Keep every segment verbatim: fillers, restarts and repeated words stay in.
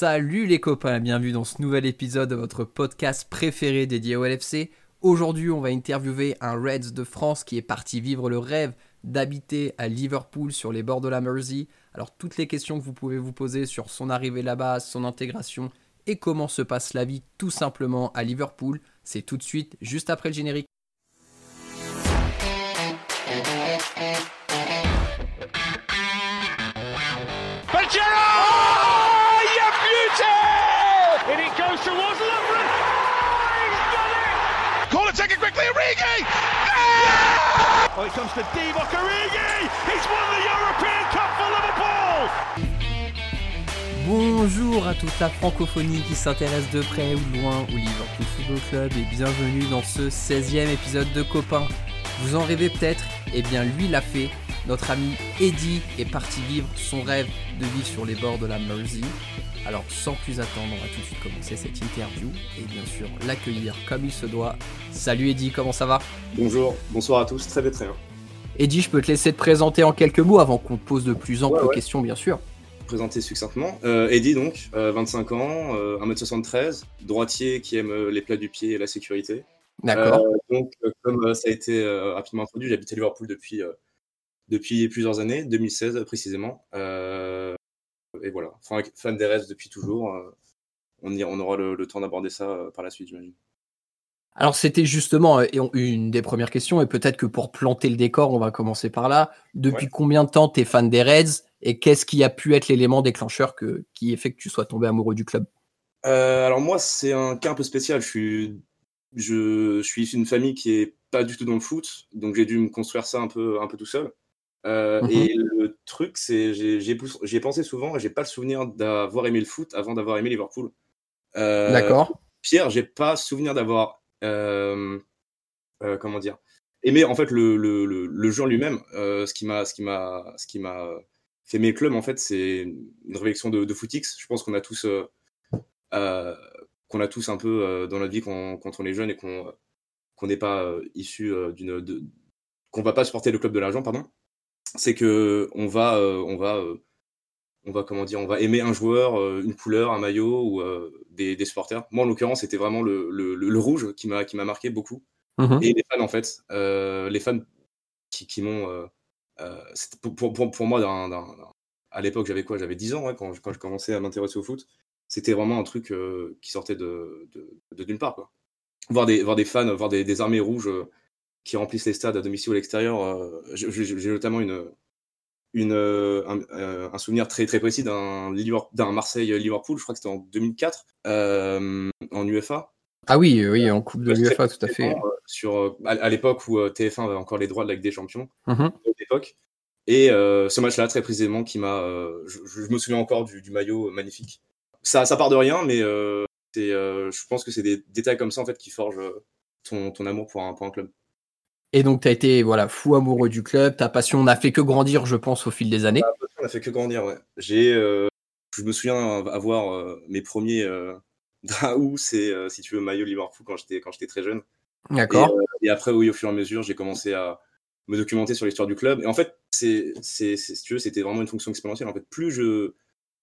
Salut les copains, bienvenue dans ce nouvel épisode de votre podcast préféré dédié au L F C. Aujourd'hui, on va interviewer un Reds de France qui est parti vivre le rêve d'habiter à Liverpool sur les bords de la Mersey. Alors toutes les questions que vous pouvez vous poser sur son arrivée là-bas, son intégration et comment se passe la vie tout simplement à Liverpool, c'est tout de suite, juste après le générique. Oh, it comes to Divock Origi. He's won the European Cup for Liverpool. Bonjour à toute la francophonie qui s'intéresse de près ou de loin au Liverpool Football Club et bienvenue dans ce seizième épisode de Copains. Vous en rêvez peut-être? Eh bien lui l'a fait. Notre ami Eddie est parti vivre son rêve de vivre sur les bords de la Mersey. Alors sans plus attendre, on va tout de suite commencer cette interview et bien sûr l'accueillir comme il se doit. Salut Eddie, comment ça va? Bonjour, bonsoir à tous, très bien, très bien. Eddie, je peux te laisser te présenter en quelques mots avant qu'on te pose de plus amples ouais, ouais. questions bien sûr. Présenter succinctement. Euh, Eddie donc, euh, vingt-cinq ans, euh, un mètre soixante-treize, droitier qui aime euh, les plats du pied et la sécurité. D'accord. Euh, donc euh, comme euh, ça a été euh, rapidement introduit, j'habite à Liverpool depuis, euh, depuis plusieurs années, deux mille seize précisément. Euh, et voilà, enfin, fan des Reds depuis toujours. Euh, on, y, on aura le, le temps d'aborder ça euh, par la suite, j'imagine. Alors c'était justement euh, une des premières questions et peut-être que pour planter le décor, on va commencer par là. Depuis ouais. combien de temps tu es fan des Reds et qu'est-ce qui a pu être l'élément déclencheur que, qui fait que tu sois tombé amoureux du club? euh, Alors moi, c'est un cas un peu spécial. Je suis, je, je suis issu d'une famille qui est pas du tout dans le foot, donc j'ai dû me construire ça un peu, un peu tout seul. Euh, mm-hmm. Et le truc, c'est j'ai, j'ai, j'y ai pensé souvent et j'ai pas le souvenir d'avoir aimé le foot avant d'avoir aimé Liverpool. Euh, D'accord. Pire, j'ai pas souvenir d'avoir Euh, euh, comment dire, aimer en fait le, le, le, le jeu en lui-même. Euh, ce qui m'a ce qui m'a ce qui m'a fait aimer le club en fait, c'est une réflexion de, de footix. Je pense qu'on a tous euh, euh, qu'on a tous un peu euh, dans notre vie quand, quand on est jeune et qu'on qu'on n'est pas euh, issu euh, d'une de, qu'on va pas supporter le club de l'argent, pardon. C'est que on va euh, on va euh, on va comment dire, on va aimer un joueur, euh, une couleur, un maillot ou euh, des, des supporters. Moi, en l'occurrence, c'était vraiment le, le, le, le rouge qui m'a, qui m'a marqué beaucoup. Mmh. Et les fans, en fait, euh, les fans qui, qui m'ont... Euh, euh, pour, pour, pour, pour moi, d'un, d'un, à l'époque, j'avais quoi? J'avais dix ans ouais, quand, quand je commençais à m'intéresser au foot. C'était vraiment un truc euh, qui sortait de, de, de, d'une part. Quoi. Voir, des, voir des fans, voir des, des armées rouges euh, qui remplissent les stades à domicile ou à l'extérieur. Euh, j'ai, j'ai notamment une... Une, euh, un, euh, un souvenir très très précis d'un, d'un Marseille-Liverpool, je crois que c'était en deux mille quatre, euh, en U F A. Ah oui, oui, en Coupe de l'U F A, tout à fait. Euh, sur, à, à l'époque où euh, T F un avait encore les droits de la Ligue des Champions, mm-hmm. à l'époque. Et euh, ce match-là, très précisément, qui m'a, euh, je, je me souviens encore du, du maillot magnifique. Ça, ça part de rien, mais euh, c'est, euh, je pense que c'est des détails comme ça en fait qui forgent ton, ton amour pour un, pour un club. Et donc, tu as été voilà, fou amoureux du club, ta passion n'a fait que grandir, je pense, au fil des années. Ta passion n'a fait que grandir, ouais. J'ai, euh, je me souviens avoir euh, mes premiers euh, draous, c'est, euh, si tu veux, maillot Liverpool quand j'étais, quand j'étais très jeune. D'accord. Et, euh, et après, oui, au fur et à mesure, j'ai commencé à me documenter sur l'histoire du club. Et en fait, c'est, c'est, c'est, si tu veux, c'était vraiment une fonction exponentielle. En fait, plus je,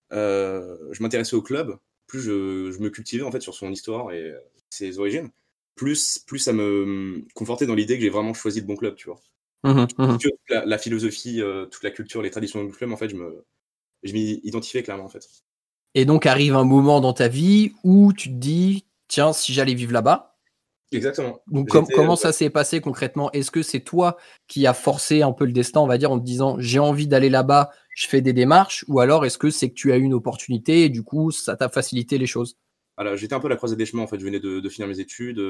euh, je m'intéressais au club, plus je, je me cultivais en fait sur son histoire et ses origines. Plus, plus ça me confortait dans l'idée que j'ai vraiment choisi le bon club, tu vois. Mmh, mmh. La, la philosophie, euh, toute la culture, les traditions du club, en fait, je, me, je m'y identifiais clairement, en fait. Et donc, arrive un moment dans ta vie où tu te dis, tiens, si j'allais vivre là-bas. Exactement. Donc, com- comment euh, ça s'est passé concrètement? Est-ce que c'est toi qui as forcé un peu le destin, on va dire, en te disant, j'ai envie d'aller là-bas, je fais des démarches, ou alors est-ce que c'est que tu as eu une opportunité et du coup, ça t'a facilité les choses? Alors, j'étais un peu à la croisée des chemins, en fait. Je venais de, de finir mes études.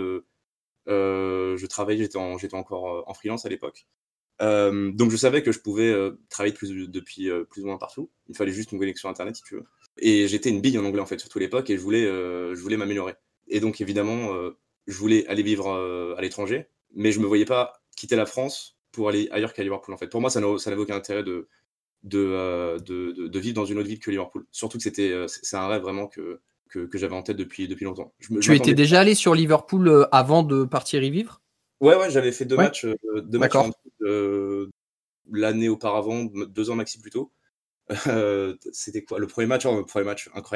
Euh, je travaillais, j'étais, en, j'étais encore en freelance à l'époque. Euh, donc, je savais que je pouvais euh, travailler plus, depuis euh, plus ou moins partout. Il fallait juste une connexion Internet, si tu veux. Et j'étais une bille en anglais, en fait, surtout à l'époque, et je voulais, euh, je voulais m'améliorer. Et donc, évidemment, euh, je voulais aller vivre euh, à l'étranger, mais je me voyais pas quitter la France pour aller ailleurs qu'à Liverpool, en fait. Pour moi, ça, n'a, ça n'avait aucun intérêt de, de, euh, de, de, de vivre dans une autre ville que Liverpool. Surtout que c'était, euh, c'est un rêve vraiment que, que, que j'avais en tête depuis, depuis longtemps. Je me, tu je étais déjà allé sur Liverpool avant de partir y vivre? Ouais, ouais, j'avais fait deux ouais. matchs, euh, deux matchs euh, l'année auparavant, deux ans maxi plus tôt. Euh, c'était quoi le premier match? Oh, le premier match incroyable.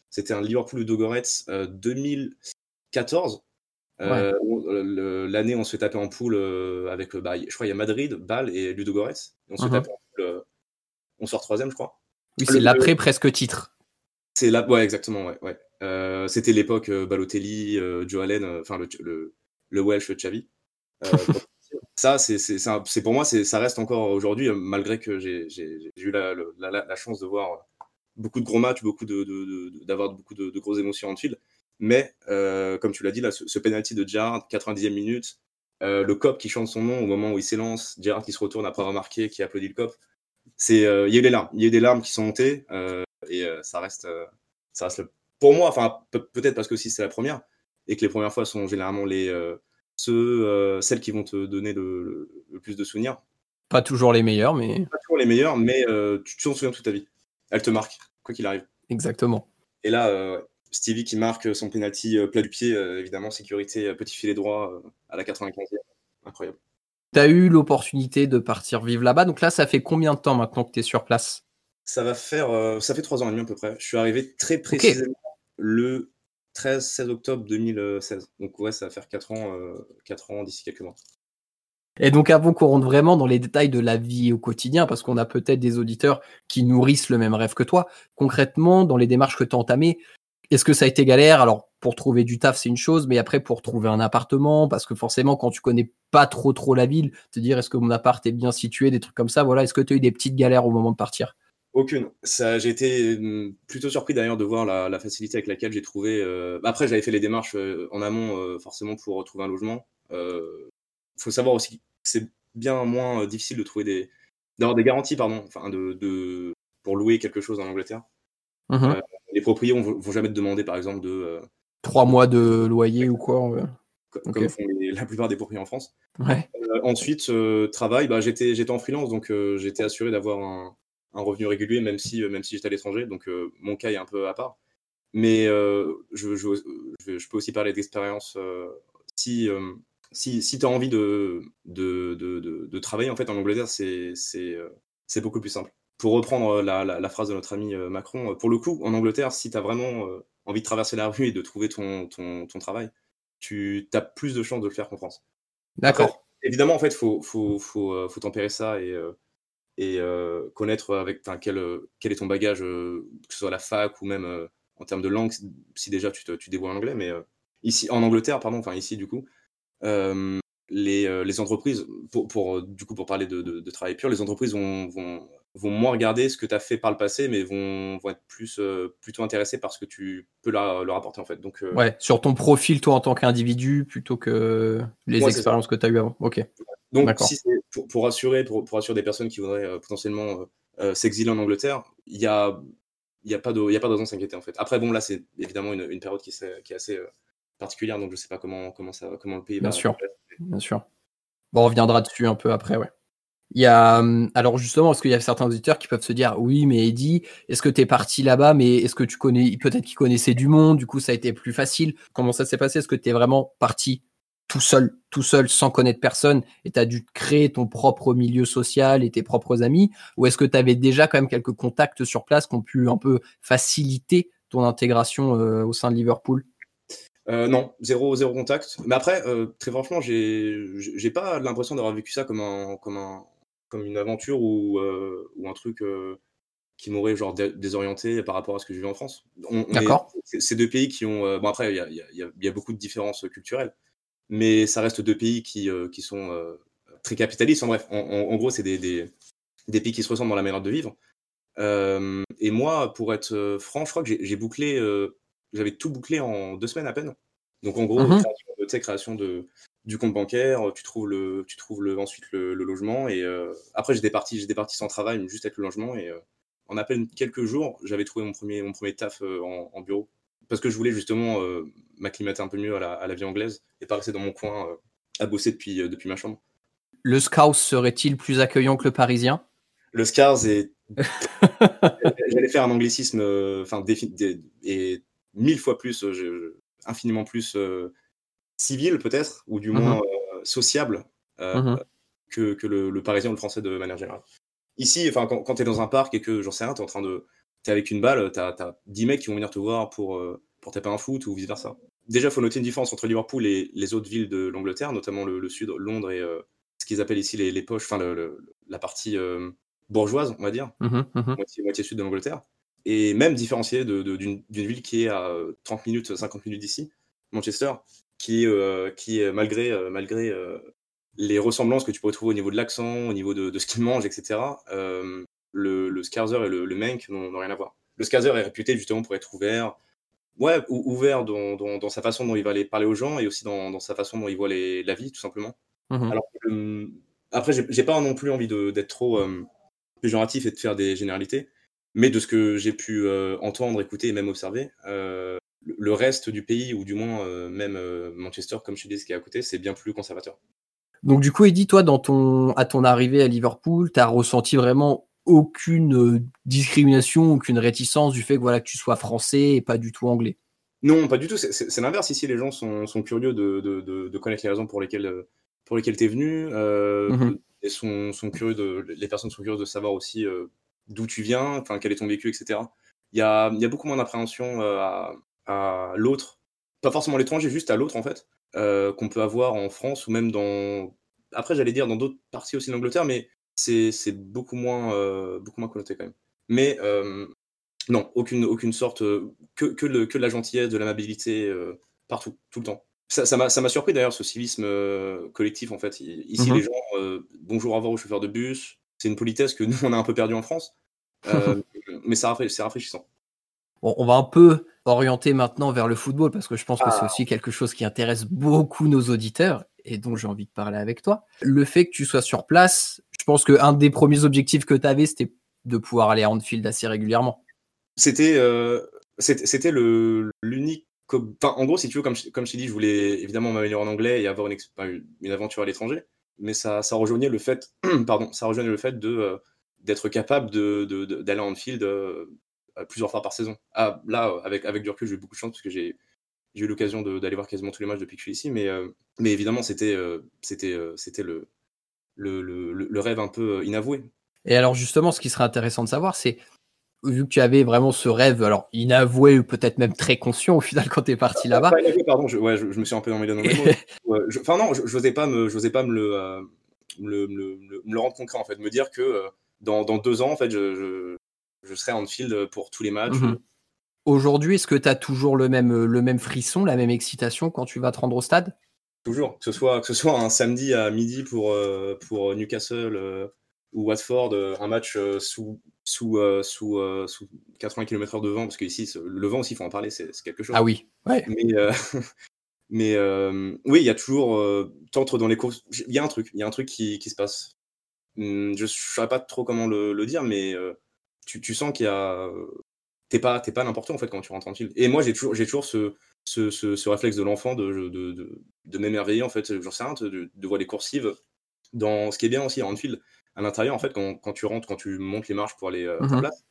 C'était un Liverpool-Ludogorets euh, deux mille quatorze. Euh, Ouais. où, euh, le- l'année, on se fait taper en poule euh, avec, euh, bah, je crois, il y a Madrid, Bâle et Ludogorets. Et on se fait Mhm. taper en poule, euh, on sort troisième, je crois. Oui, Le- c'est le- l'après presque titre. c'est là, ouais, exactement, ouais, ouais. Euh, c'était l'époque euh, Balotelli, euh, Joe Allen, euh, enfin le, le, le Welsh Xavi. Euh, pour- ça, c'est, c'est, c'est, un- c'est pour moi, c'est, ça reste encore aujourd'hui, euh, malgré que j'ai, j'ai, j'ai eu la, le- la, la, la chance de voir beaucoup de gros matchs, beaucoup de, de, de- d'avoir beaucoup de, de grosses émotions en fil. Mais euh, comme tu l'as dit, là, ce, ce penalty de Gerrard, quatre-vingt-dixième minute, euh, le cop qui chante son nom au moment où il s'élance, Gerrard qui se retourne après avoir marqué, qui applaudit le cop. C'est, euh, il y a eu des larmes, il y a eu des larmes qui sont montées euh, et euh, ça reste, euh, ça reste le, pour moi, enfin pe- peut-être parce que aussi c'est la première et que les premières fois sont généralement les euh, ceux, euh, celles qui vont te donner le, le, le plus de souvenirs. Pas toujours les meilleurs, mais Pas toujours les meilleures, mais euh, tu t'en souviens toute ta vie. Elle te marque, quoi qu'il arrive. exactement. Et là, euh, Stevie qui marque son penalty euh, plat du pied, euh, évidemment, sécurité, euh, petit filet droit euh, à la quatre-vingt-quinzième. Incroyable. Tu as eu l'opportunité de partir vivre là-bas. Donc là, ça fait combien de temps maintenant que tu es sur place? Ça va faire, euh, ça fait trois ans et demi à peu près. Je suis arrivé très Ok. précisément le treize seize octobre deux mille seize. Donc ouais, ça va faire quatre ans, euh, quatre ans d'ici quelques mois. Et donc avant qu'on rentre vraiment dans les détails de la vie au quotidien, parce qu'on a peut-être des auditeurs qui nourrissent le même rêve que toi, concrètement, dans les démarches que tu as entamées, est-ce que ça a été galère? Alors, pour trouver du taf, c'est une chose, mais après, pour trouver un appartement, parce que forcément, quand tu connais pas trop trop la ville, te dire est-ce que mon appart est bien situé, des trucs comme ça, voilà, est-ce que tu as eu des petites galères au moment de partir? Aucune. Ça, j'ai été hum, plutôt surpris d'ailleurs de voir la, la facilité avec laquelle j'ai trouvé. euh, Après, j'avais fait les démarches euh, en amont, euh, forcément, pour trouver un logement. Il euh, faut savoir aussi que c'est bien moins euh, difficile de trouver des, d'avoir des garanties, pardon, enfin, de, de, pour louer quelque chose en Angleterre. Mhm. Euh, les propriétaires vont, vont jamais te demander, par exemple, de, euh, Trois mois de loyer ou quoi? Ouais. co- Ok. comme font les- la plupart des propriétaires en France. Ouais. Euh, ensuite, euh, travail, bah, j'étais, j'étais en freelance, donc euh, j'étais assuré d'avoir un, un revenu régulier, même si, euh, même si j'étais à l'étranger. Donc euh, mon cas est un peu à part. Mais euh, je, je, je, je peux aussi parler d'expérience. Euh, si euh, si, si tu as envie de, de, de, de, de travailler en fait, en Angleterre, c'est, c'est, euh, c'est beaucoup plus simple. Pour reprendre la, la, la phrase de notre ami euh, Macron, euh, pour le coup, en Angleterre, si tu as vraiment euh, envie de traverser la rue et de trouver ton, ton, ton travail, tu as plus de chances de le faire qu'en France. Après, D'accord. évidemment, en fait, faut, faut, faut, euh, faut tempérer ça et, euh, et euh, connaître avec, enfin, quel, euh, quel est ton bagage, euh, que ce soit à la fac ou même euh, en termes de langue, si- si déjà tu te, tu débrouilles en anglais. Mais euh, ici, en Angleterre, pardon, enfin ici du coup, euh, les, euh, les entreprises, pour, pour, euh, du coup, pour parler de, de, de travail pur, les entreprises vont, vont, vont moins regarder ce que tu as fait par le passé, mais vont, vont être plus, euh, plutôt intéressées par ce que tu peux leur, leur apporter en fait. Donc, euh, Ouais, sur ton profil, toi, en tant qu'individu, plutôt que les moi, c'est ça. expériences que tu as eues avant. Ok. Donc, D'accord. si c'est pour, pour assurer, pour, pour assurer des personnes qui voudraient euh, potentiellement euh, euh, s'exiler en Angleterre, il y a, il y a pas de, il y a pas de raison de s'inquiéter en fait. Après, bon, là, c'est évidemment une, une période qui, s'est- qui est assez euh, particulière, donc je sais pas comment, comment ça, comment le pays Bien va. sûr. Bien sûr. Bon, on reviendra dessus un peu après, ouais. Il y a, hum, alors justement, parce qu'il y a certains auditeurs qui peuvent se dire, oui, mais Eddy, est-ce que tu es parti là-bas, mais est-ce que tu connais, peut-être qu'ils connaissaient du monde, du coup ça a été plus facile. Comment ça s'est passé? Est-ce que tu es vraiment parti tout seul, tout seul, sans connaître personne, et tu as dû créer ton propre milieu social et tes propres amis, ou est-ce que tu avais déjà quand même quelques contacts sur place qui ont pu un peu faciliter ton intégration euh, au sein de Liverpool? Euh, non, zéro, zéro contact. Mais après, euh, très franchement, j'ai, j'ai pas l'impression d'avoir vécu ça comme un, comme un, comme une aventure ou, euh, ou un truc euh, qui m'aurait genre dé- désorienté par rapport à ce que je vivais en France. On, on est, D'accord. c'est c'est deux pays qui ont, euh, bon après, il y a, il y, a, il y a- il y a beaucoup de différences culturelles, mais ça reste deux pays qui, euh, qui sont euh, très capitalistes. En bref, en, en- en gros, c'est des, des, des pays qui se ressemblent dans la manière de vivre. Euh, et moi, pour être euh, franc, je crois que j'ai j'ai bouclé, euh, j'avais tout bouclé en deux semaines à peine. Donc en gros, Mhm. création, de, tu sais, création de, du compte bancaire, tu trouves, le, tu trouves le, ensuite le, le logement. Et euh, après, j'étais parti, j'étais parti sans travail, mais juste avec le logement. Et euh, en à peine quelques jours, j'avais trouvé mon premier, mon premier taf euh, en, en bureau. Parce que je voulais justement euh, m'acclimater un peu mieux à la, à la vie anglaise et pas rester dans mon coin euh, à bosser depuis, euh, depuis ma chambre. Le Scouse serait-il plus accueillant que le Parisien? Le Scars est. J'allais faire un anglicisme, euh, enfin, défi- dé- et mille fois plus, euh, je- je- infiniment plus euh, civil peut-être, ou du moins Mhm. euh, sociable euh, Mhm. que, que le, le parisien ou le français de manière générale. Ici, enfin, quand, quand tu es dans un parc et que, j'en sais rien, tu es en train de, t'es avec une balle, t'as, t'as dix mecs qui vont venir te voir pour, euh, pour taper un foot ou vice-versa. Déjà, il faut noter une différence entre Liverpool et les autres villes de l'Angleterre, notamment le, le sud, Londres et euh, ce qu'ils appellent ici les, les poches, enfin le, le, la partie euh, bourgeoise, on va dire, mmh, mmh. moitié, moitié sud de l'Angleterre. Et même différencié de, de, d'une, d'une ville qui est à trente minutes, cinquante minutes d'ici, Manchester, qui, euh, qui est malgré, euh, malgré euh, les ressemblances que tu pourrais trouver au niveau de l'accent, au niveau de, de ce qu'ils mangent, et cetera, euh, le, le Scarzer et le, le Manc n'ont, n'ont rien à voir. Le Scarzer est réputé justement pour être ouvert, ouais, ou, ouvert dans, dans, dans sa façon dont il va aller parler aux gens et aussi dans, dans sa façon dont il voit les, la vie, tout simplement. Mmh. Alors, euh, après, j'ai, j'ai pas non plus envie de, d'être trop euh, péjoratif et de faire des généralités, mais de ce que j'ai pu euh, entendre, écouter et même observer, euh, le, le reste du pays, ou du moins euh, même euh, Manchester, comme je te dis, ce qui est à côté, c'est bien plus conservateur. Donc du coup, Eddy, toi, dans ton, à ton arrivée à Liverpool, tu as ressenti vraiment aucune euh, discrimination, aucune réticence du fait que, voilà, que tu sois français et pas du tout anglais? Non, pas du tout. C'est, c'est, c'est l'inverse. Ici, les gens sont, sont curieux de, de, de, de connaître les raisons pour lesquelles, euh, pour lesquelles tu es venu. Euh, Mmh. et sont, sont curieux de, les personnes sont curieuses de savoir aussi euh, d'où tu viens, enfin, quel est ton vécu, et cetera. Il y a, il y a beaucoup moins d'appréhension euh, à, à l'autre. Pas forcément l'étranger, juste à l'autre, en fait, euh, qu'on peut avoir en France ou même dans... Après, j'allais dire dans d'autres parties aussi d'Angleterre, mais c'est, c'est beaucoup moins, euh, beaucoup moins connoté quand même. Mais... Euh, non, aucune, aucune sorte, euh, que, que, le, que de la gentillesse, de l'amabilité, euh, partout, tout le temps. Ça, ça, m'a, ça m'a surpris d'ailleurs, ce civisme euh, collectif, en fait. I- Ici, Mmh. les gens, euh, bonjour, au revoir au chauffeur de bus, c'est une politesse que nous, on a un peu perdue en France, euh, mais ça rafra- c'est rafraîchissant. Bon, on va un peu orienter maintenant vers le football parce que je pense que c'est Ah, aussi quelque chose qui intéresse beaucoup nos auditeurs et dont j'ai envie de parler avec toi. Le fait que tu sois sur place, je pense qu'un des premiers objectifs que tu avais, c'était de pouvoir aller à Anfield assez régulièrement. C'était, euh, c'était, c'était le, l'unique... co- Enfin, en gros, si tu veux, comme je, comme je t'ai dit, je voulais évidemment m'améliorer en anglais et avoir une, ex- enfin, une aventure à l'étranger, mais ça, ça rejoignait le fait, pardon, ça rejoignait le fait de, euh, d'être capable de, de- de- d'aller à Anfield euh, plusieurs fois par saison. Ah, là, avec, avec du recul, j'ai eu beaucoup de chance parce que j'ai, j'ai eu l'occasion de- d'aller voir quasiment tous les matchs depuis que je suis ici, mais, euh, mais évidemment, c'était, euh, c'était, euh, c'était le, le, le, le- le rêve un peu euh, inavoué. Et alors justement, ce qui serait intéressant de savoir, c'est vu que tu avais vraiment ce rêve, alors inavoué ou peut-être même très conscient au final quand tu es parti Pas, là-bas. pas inavoué, pardon, je, ouais, je, je me suis un peu emmêlé dans mes mots. Ouais, je- Enfin non, je n'osais pas, me, j'osais pas me, le, euh, me, le, me, le, me le- me le rendre concret, en fait. Me dire que euh, dans, dans deux ans, en fait, je, je, je serai en field pour tous les matchs. Mhm. Aujourd'hui, est-ce que tu as toujours le même, le même frisson, la même excitation quand tu vas te rendre au stade? Toujours. Que ce soit, que ce soit un samedi à midi pour, euh, pour Newcastle euh, ou Watford, euh, un match euh, sous, sous, euh, sous, euh, sous quatre-vingts kilomètres heure de vent, parce qu'ici, c'est- le vent aussi, il faut en parler, c'est, c'est quelque chose. Ah oui, ouais. Mais, euh, mais euh, oui, il y a toujours, euh, t'entres dans les courses, il y a un truc, il y a un truc qui, qui se passe. Hum, Je ne saurais pas trop comment le, le dire, mais euh, tu, tu sens qu'il y a. T'es pas, t'es pas n'importe où en fait quand tu rentres en field. Et moi, j'ai toujours, j'ai toujours ce, ce, ce, ce réflexe de l'enfant de, de, de, de m'émerveiller en fait, j'en sais rien, de, de voir les coursives. Dans ce qui est bien aussi à Anfield, à l'intérieur, en fait, quand, quand tu rentres, quand tu montes les marches pour aller euh, à ta Mhm. place,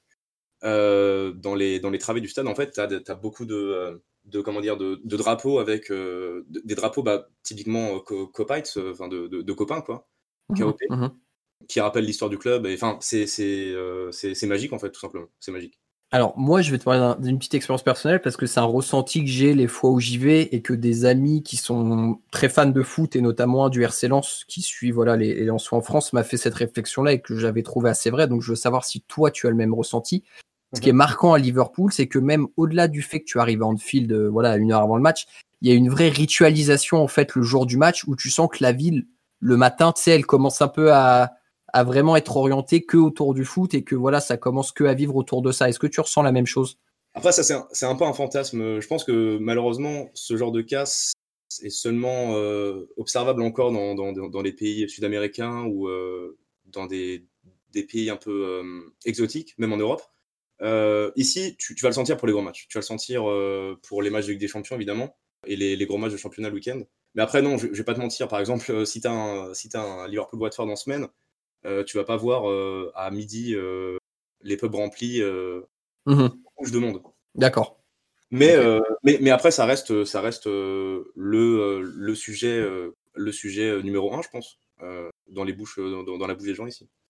euh, dans, les, dans les travées du stade, en fait, tu as beaucoup de, euh, de, comment dire, de, de drapeaux avec euh, de- des drapeaux bah, typiquement euh, co- copites, euh, enfin de, de, de copains, quoi, Mhm. K O P, Mhm. qui rappellent l'histoire du club. Et, Enfin, c'est c'est, euh, c'est c'est magique, en fait, tout simplement. C'est magique. Alors moi, je vais te parler d'un- d'une petite expérience personnelle parce que c'est un ressenti que j'ai les fois où j'y vais et que des amis qui sont très fans de foot et notamment un du R C Lens qui suit voilà, les, les Lensois en France m'a fait cette réflexion-là et que j'avais trouvé assez vrai. Donc je veux savoir si toi, tu as le même ressenti. Ce qui est Mhm. marquant à Liverpool, c'est que même au-delà du fait que tu arrives à Anfield euh, voilà, une heure avant le match, il y a une vraie ritualisation en fait le jour du match où tu sens que la ville, le matin, tu sais, elle commence un peu à, à vraiment être orientée que autour du foot et que voilà, ça commence que à vivre autour de ça. Est-ce que tu ressens la même chose? Après, ça, c'est un, c'est un peu un fantasme. Je pense que malheureusement, ce genre de cas est seulement euh, observable encore dans, dans, dans les pays sud-américains ou euh, dans des, des pays un peu euh, exotiques, même en Europe. Euh, ici, tu, tu vas le sentir pour les gros matchs. Tu vas le sentir euh, pour les matchs de Ligue des Champions, évidemment, et les, les gros matchs de championnat le week-end. Mais après, non, je, je vais pas te mentir. Par exemple, euh, si tu as un, si t'as un Liverpool-Watford en semaine, euh, tu vas pas voir euh, à midi euh, les pubs remplis, euh, Mhm. couche de monde. D'accord. Mais, Ok. euh, mais, mais après, ça reste, ça reste euh, le, euh, le sujet, euh, le sujet euh, numéro un, je pense, euh, dans, les bouches, euh, dans, dans la bouche des gens ici.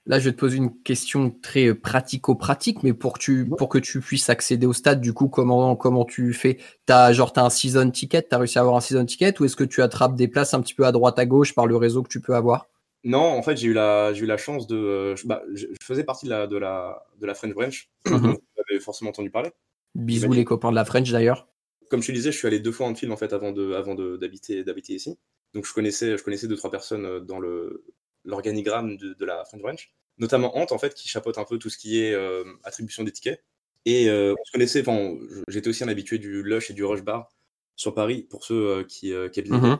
Là, je vais te poser une question très pratico-pratique, mais pour que tu, pour que tu puisses accéder au stade, du coup, comment, comment tu fais? T'as, genre, t'as un season ticket, t'as réussi à avoir un season ticket, ou est-ce que tu attrapes des places un petit peu à droite à gauche par le réseau que tu peux avoir? Non, en fait, j'ai eu la, j'ai eu la chance de. euh, je, bah, je je faisais partie de la, de la, de la French Branch, Mhm. donc vous avez forcément entendu parler. Bisous J'imagine. les copains de la French d'ailleurs. Comme je te disais, je suis allé deux fois en Anfield en fait avant de, avant de, d'habiter, d'habiter ici. Donc je connaissais, je connaissais deux trois personnes euh, dans le l'organigramme de, de la French Branch, notamment Ant en fait qui chapeaute un peu tout ce qui est euh, attribution des tickets. Et euh, on se connaissait. Enfin, j'étais aussi un habitué du Lush et du Rush Bar sur Paris pour ceux euh, qui, euh, qui habitent. Mhm.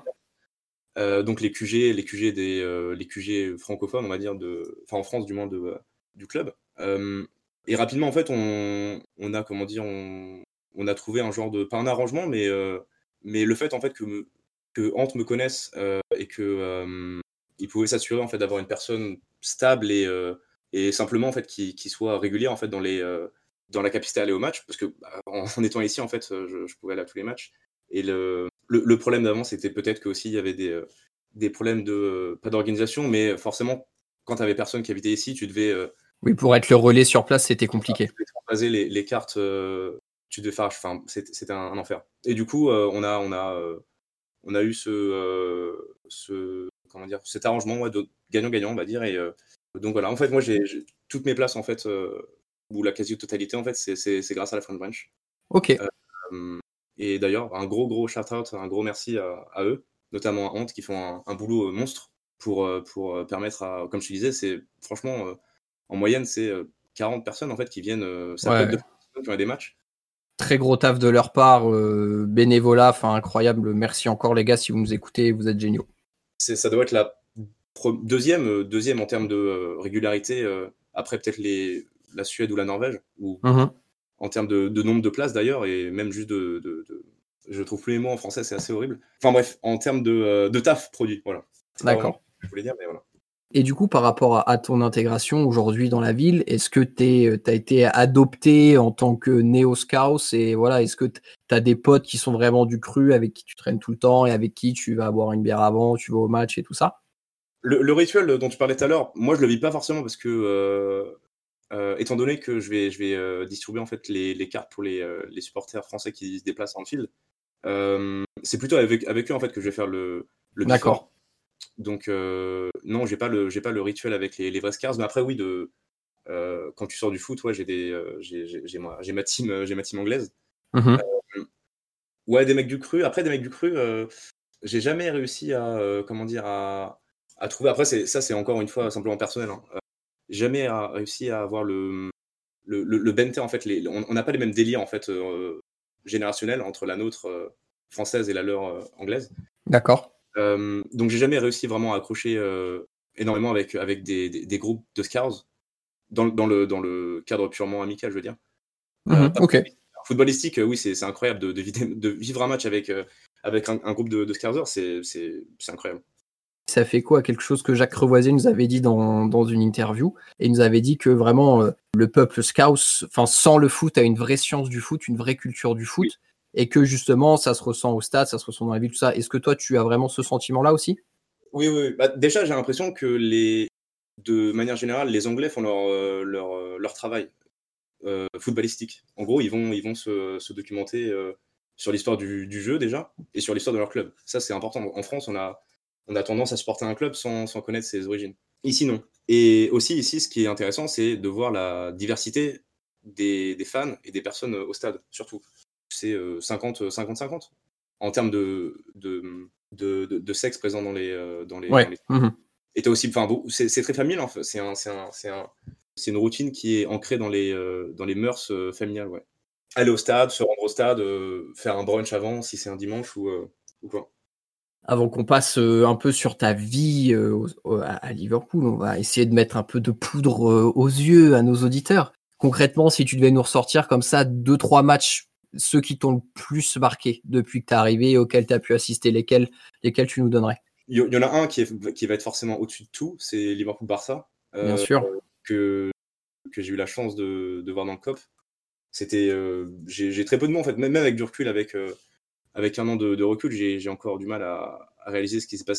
Euh, donc les Q G, les Q G des, euh, les Q G francophones, on va dire, de, enfin en France du moins de, euh, du club. Euh, et rapidement en fait, on, on a comment dire, on, on a trouvé un genre de, pas un arrangement, mais euh, mais le fait en fait que que Ant me connaisse euh, et que euh, il pouvait s'assurer en fait d'avoir une personne stable et euh, et simplement en fait qui, qui soit régulier en fait dans les euh, dans la capacité à aller au match, parce que bah, en, en étant ici en fait, je, je pouvais aller à tous les matchs. Et le le, le problème d'avant, c'était peut-être qu'aussi il y avait des, euh, des problèmes de, euh, pas d'organisation, mais forcément, quand tu avais personne qui habitait ici, tu devais, euh, Oui, pour être le relais sur place, c'était compliqué. tu devais transvaser les, les cartes, euh, tu devais faire, enfin, c'était, c'était un, un enfer. Et du coup, euh, on, a, on, a, euh, on a eu ce, euh, ce, comment dire, cet arrangement ouais, de gagnant-gagnant, on va dire. Et euh, donc voilà, en fait, moi, j'ai, j'ai toutes mes places, en fait, euh, ou la quasi-totalité, en fait, c'est, c'est, c'est grâce à la Front Branch. Ok. Euh, et d'ailleurs, un gros, gros shout-out, un gros merci à, à eux, notamment à Ant, qui font un, un boulot euh, monstre pour, euh, pour euh, permettre à, comme je te disais, c'est franchement, euh, en moyenne, c'est euh, quarante personnes en fait qui viennent, euh, ça peut Ouais. être deux personnes qui ont des matchs. Très gros taf de leur part, euh, bénévolat, enfin incroyable. Merci encore les gars si vous nous écoutez, vous êtes géniaux. C'est, ça doit être la pro- deuxième, euh, deuxième en termes de euh, régularité, euh, après peut-être les, la Suède ou la Norvège, ou Mhm. en termes de, de nombre de places d'ailleurs, et même juste de, de, de- je trouve plus les mots en français, c'est assez horrible. Enfin bref, en termes de, euh, de taf produit, voilà. C'est pas vraiment D'accord. ce que je voulais dire, mais voilà. Et du coup, par rapport à, à ton intégration aujourd'hui dans la ville, est-ce que tu as été adopté en tant que néo-scout et voilà, est-ce que tu as des potes qui sont vraiment du cru avec qui tu traînes tout le temps et avec qui tu vas boire une bière avant, tu vas au match et tout ça? Le, le rituel dont tu parlais tout à l'heure, moi je le vis pas forcément parce que, euh, euh, étant donné que je vais, je vais euh, distribuer en fait les, les cartes pour les, euh, les supporters français qui se déplacent en field, euh, c'est plutôt avec, avec eux en fait que je vais faire le, le before. D'accord. Donc euh, non, j'ai pas le, j'ai pas le rituel avec les, les vrais scars, mais après oui, de, euh, quand tu sors du foot, ouais, j'ai des, euh, j'ai, j'ai, j'ai moi, j'ai ma team, euh, j'ai ma team anglaise. Mhm. Euh, ouais, des mecs du cru. Après des mecs du cru, euh, j'ai jamais réussi à, euh, comment dire, à, à trouver. Après c'est, ça c'est encore une fois simplement personnel. Hein. Euh, jamais à- réussi à avoir le, le, le, le bente en fait. Les, on on n'a pas les mêmes délires en fait euh, générationnels entre la nôtre euh, française et la leur euh, anglaise. D'accord. Euh, donc j'ai jamais réussi vraiment à accrocher euh, énormément avec, avec des, des, des groupes de scars dans, le- dans, le, dans le cadre purement amical, je veux dire. Euh, Mhm. pas Ok. footballistique. Footballistique, euh, oui, c'est c'est incroyable de, de, vider- de vivre un match avec, euh, avec un, un groupe de, de scarsers, c'est c'est- c'est incroyable. Ça fait quoi? Quelque chose que Jacques Revoisier nous avait dit dans, dans une interview. Et il nous avait dit que vraiment, euh, le peuple scout, enfin, sans le foot, a une vraie science du foot, une vraie culture du Oui, foot. Et que justement, ça se ressent au stade, ça se ressent dans la ville, tout ça. Est-ce que toi, tu as vraiment ce sentiment-là aussi? oui, oui. oui. Bah, déjà, j'ai l'impression que les, de manière générale, les Anglais font leur, euh, leur, euh, leur travail euh, footballistique. En gros, ils vont, ils vont se, se documenter euh, sur l'histoire du, du jeu déjà et sur l'histoire de leur club. Ça, c'est important. En France, on a, on a tendance à supporter un club sans, sans connaître ses origines. Ici, non. Et aussi, ici, ce qui est intéressant, c'est de voir la diversité des, des fans et des personnes au stade, surtout. C'est euh, cinquante cinquante en termes de, de, de, de, de sexe présent dans les, euh, dans les, dans Ouais. les... Mhm. Et t'as aussi, enfin, bon, c'est c'est très familial, en fait. C'est un, c'est un, c'est un, c'est une routine qui est ancrée dans les, euh, dans les mœurs euh, familiales, ouais. Aller au stade, se rendre au stade, euh, faire un brunch avant, si c'est un dimanche ou, euh, ou quoi. Avant qu'on passe euh, un peu sur ta vie euh, au- au- à, à Liverpool, on va essayer de mettre un peu de poudre euh, aux yeux à nos auditeurs. Concrètement, si tu devais nous ressortir comme ça deux, trois matchs, ceux qui t'ont le plus marqué depuis que tu es arrivé, auxquels tu as pu assister, lesquels, lesquels tu nous donnerais? Il y, y en a un qui, est, qui va être forcément au-dessus de tout, c'est Liverpool-Barça, Bien euh, sûr. que, que j'ai eu la chance de, de voir dans le C O P. C'était, euh, j'ai j'ai très peu de mots en fait, même avec du recul, avec, euh, avec un an de, de recul, j'ai j'ai encore du mal à, à réaliser ce qui s'est passé.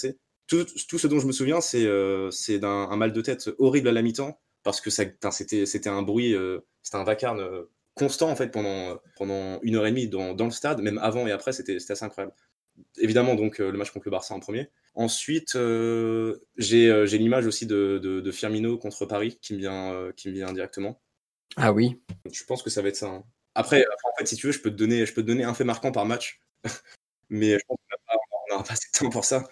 tout, tout ce dont je me souviens, c'est, euh, c'est d'un un mal de tête horrible à la mi-temps, parce que ça, c'était, c'était un bruit, euh, c'était un vacarme euh, constant en fait pendant, pendant une heure et demie dans, dans le stade, même avant et après, c'était, c'était assez incroyable. Évidemment, donc euh, le match contre le Barça en premier. Ensuite, euh, j'ai, euh, j'ai l'image aussi de, de, de Firmino contre Paris qui me vient, euh, qui me vient directement. Ah oui. Je pense que ça va être ça. Hein. Après, après, en fait, si tu veux, je peux te donner, je peux te donner un fait marquant par match, mais je pense qu'on n'aura pas assez de temps pour ça.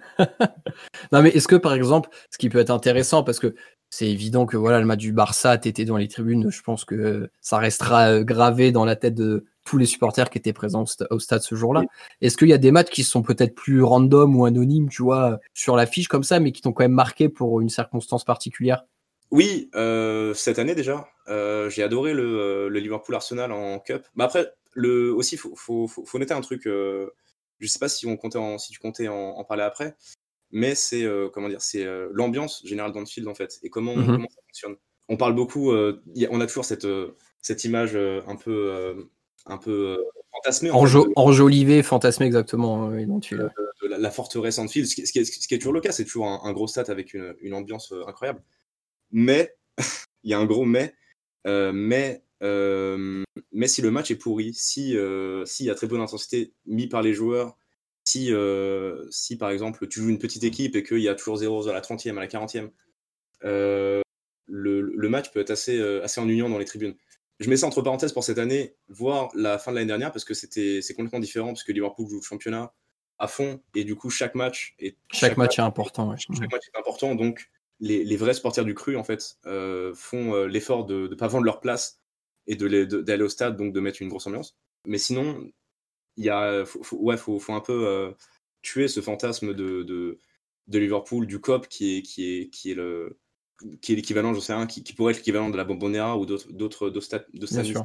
Non, mais est-ce que, par exemple, ce qui peut être intéressant, parce que c'est évident que voilà, le match du Barça, t'étais dans les tribunes, je pense que ça restera gravé dans la tête de tous les supporters qui étaient présents au stade ce jour-là. Oui. Est-ce qu'il y a des matchs qui sont peut-être plus random ou anonymes, tu vois, sur l'affiche comme ça, mais qui t'ont quand même marqué pour une circonstance particulière? Oui, euh, cette année déjà, euh, j'ai adoré le, le Liverpool-Arsenal en Cup. Mais après, le, aussi, il faut, faut, faut, faut noter un truc, euh, je sais pas si, on comptait en, si tu comptais en, en parler après, mais c'est euh, comment dire, c'est euh, l'ambiance générale d'Anfield en fait, et comment, mm-hmm. comment ça fonctionne. On parle beaucoup, euh, y a, on a toujours cette, euh, cette image euh, un peu, euh, un peu euh, fantasmée. En Enjo- fait, de, enjolivée, fantasmée exactement. Euh, de, de, de la, la forteresse Anfield, ce qui, ce, qui est, ce qui est toujours le cas, c'est toujours un, un gros stade avec une, une ambiance euh, incroyable. Mais, il y a un gros mais, euh, mais, euh, mais si le match est pourri, si euh, s'il y a très peu d'intensité mise par les joueurs, si, euh, si par exemple tu joues une petite équipe et qu'il y a toujours zéro à la trentième, à la quarantième, euh, le, le match peut être assez, euh, assez ennuyant dans les tribunes. Je mets ça entre parenthèses pour cette année, voire la fin de l'année dernière, parce que c'était, c'est complètement différent, parce que Liverpool joue le championnat à fond, et du coup chaque match est, chaque chaque match, match est important. Ouais. Chaque match est important, donc les, les vrais supporters du cru en fait euh, font euh, l'effort de ne pas vendre leur place et de les, de, d'aller au stade, donc de mettre une grosse ambiance. Mais sinon, il y a, faut, faut, ouais, faut, faut un peu euh, tuer ce fantasme de, de, de Liverpool, du C O P qui est, qui est, qui est le qui est l'équivalent, je sais rien, qui, qui pourrait être l'équivalent de la Bombonera ou d'autres, d'autres, d'autres stades. Bien sûr.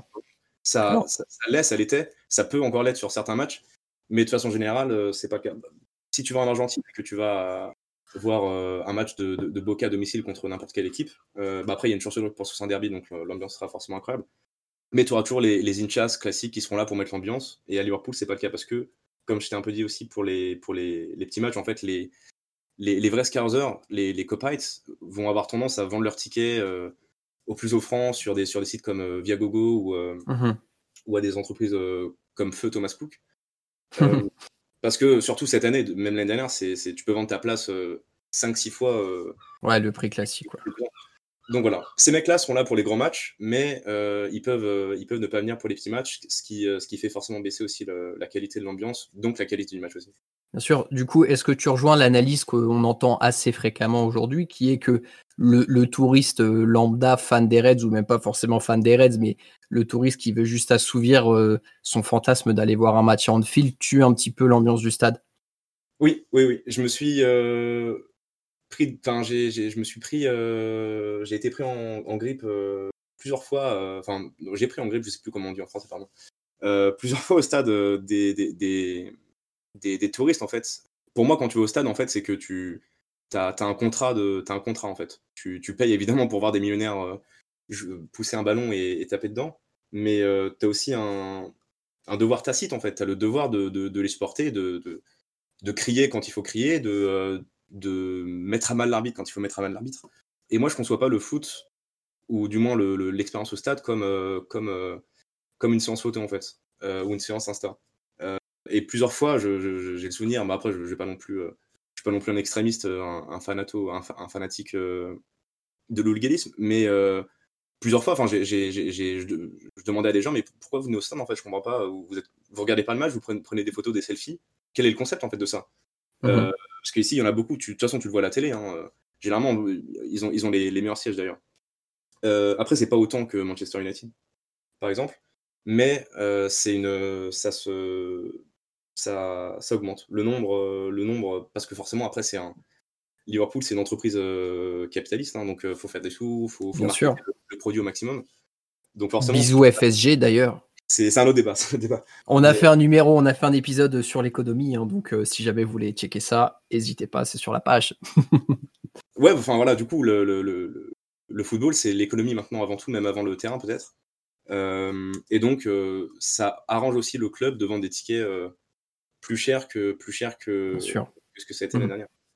Ça, ça, ça l'est, ça l'était, ça peut encore l'être sur certains matchs, mais de façon générale, c'est pas le cas. Si tu vas en Argentine et que tu vas voir euh, un match de, de, de Boca à domicile contre n'importe quelle équipe, euh, bah après il y a une chance pour ce un derby, donc l'ambiance sera forcément incroyable. Mais tu auras toujours les, les hinchas classiques qui seront là pour mettre l'ambiance, et à Liverpool c'est pas le cas parce que, comme je t'ai un peu dit aussi pour les, pour les, les petits matchs, en fait les, les, les vrais Scarzers, les, les Copites, vont avoir tendance à vendre leurs tickets euh, au plus offrant sur des, sur des sites comme euh, Viagogo ou, euh, mm-hmm. ou à des entreprises euh, comme Feu Thomas Cook. Euh, parce que surtout cette année, même l'année dernière, c'est, c'est, tu peux vendre ta place euh, cinq six fois. Euh, ouais, le prix classique. Quoi. Donc voilà, ces mecs-là seront là pour les grands matchs, mais euh, ils, peuvent, euh, ils peuvent ne pas venir pour les petits matchs, ce qui, euh, ce qui fait forcément baisser aussi le, la qualité de l'ambiance, donc la qualité du match aussi. Bien sûr. Du coup, est-ce que tu rejoins l'analyse qu'on entend assez fréquemment aujourd'hui, qui est que le, le touriste lambda fan des Reds, ou même pas forcément fan des Reds, mais le touriste qui veut juste assouvir euh, son fantasme d'aller voir un match à Anfield, tue un petit peu l'ambiance du stade? Oui, oui, oui. Je me suis euh, pris, enfin, j'ai, j'ai, je me suis pris, euh, j'ai été pris en, en grippe euh, plusieurs fois. Enfin, euh, j'ai pris en grippe, je sais plus comment on dit en français, pardon. Euh, plusieurs fois au stade euh, des, des, des Des, des touristes en fait. Pour moi, quand tu vas au stade, en fait, c'est que tu as, as un contrat de, t'as un contrat en fait. Tu, tu payes évidemment pour voir des millionnaires euh, pousser un ballon et, et taper dedans, mais euh, tu as aussi un, un devoir tacite en fait. Tu as le devoir de, de, de les supporter, de, de, de crier quand il faut crier, de, euh, de mettre à mal l'arbitre quand il faut mettre à mal l'arbitre. Et moi, je ne conçois pas le foot, ou du moins le, le, l'expérience au stade, comme, euh, comme, euh, comme une séance photo en fait, euh, ou une séance Insta. Et plusieurs fois, je, je, j'ai le souvenir, mais après, je ne suis pas non plus, euh, je suis pas non plus un extrémiste, un, un fanato, un, un fanatique euh, de l'hooliganisme, mais euh, plusieurs fois, enfin, j'ai, j'ai, j'ai, j'ai, je, je demandais à des gens, mais pourquoi vous venez au stade, en fait, je comprends pas, vous êtes, vous regardez pas le match, vous prenez, prenez des photos, des selfies, quel est le concept, en fait, de ça? Mm-hmm. euh, Parce qu'ici, il y en a beaucoup, tu, de toute façon, tu le vois à la télé, hein, généralement, ils ont, ils ont les, les meilleurs sièges, d'ailleurs. Euh, après, c'est pas autant que Manchester United, par exemple, mais euh, c'est une, ça se... Ça, ça augmente. Le nombre, euh, le nombre, parce que forcément, après, c'est un. Liverpool, c'est une entreprise euh, capitaliste, hein, donc il euh, faut faire des sous, il faut, faut marquer le, le produit au maximum. Donc forcément. Bisous F S G d'ailleurs. C'est, c'est un autre débat. C'est un débat. On a Mais... fait un numéro, on a fait un épisode sur l'économie, hein, donc euh, si jamais vous voulez checker ça, n'hésitez pas, c'est sur la page. Ouais, enfin voilà, du coup, le, le, le, le football, c'est l'économie maintenant avant tout, même avant le terrain peut-être. Euh, et donc, euh, ça arrange aussi le club de vendre des tickets. Euh, plus cher que plus cher que, que ce que ça a été mmh. l'année dernière.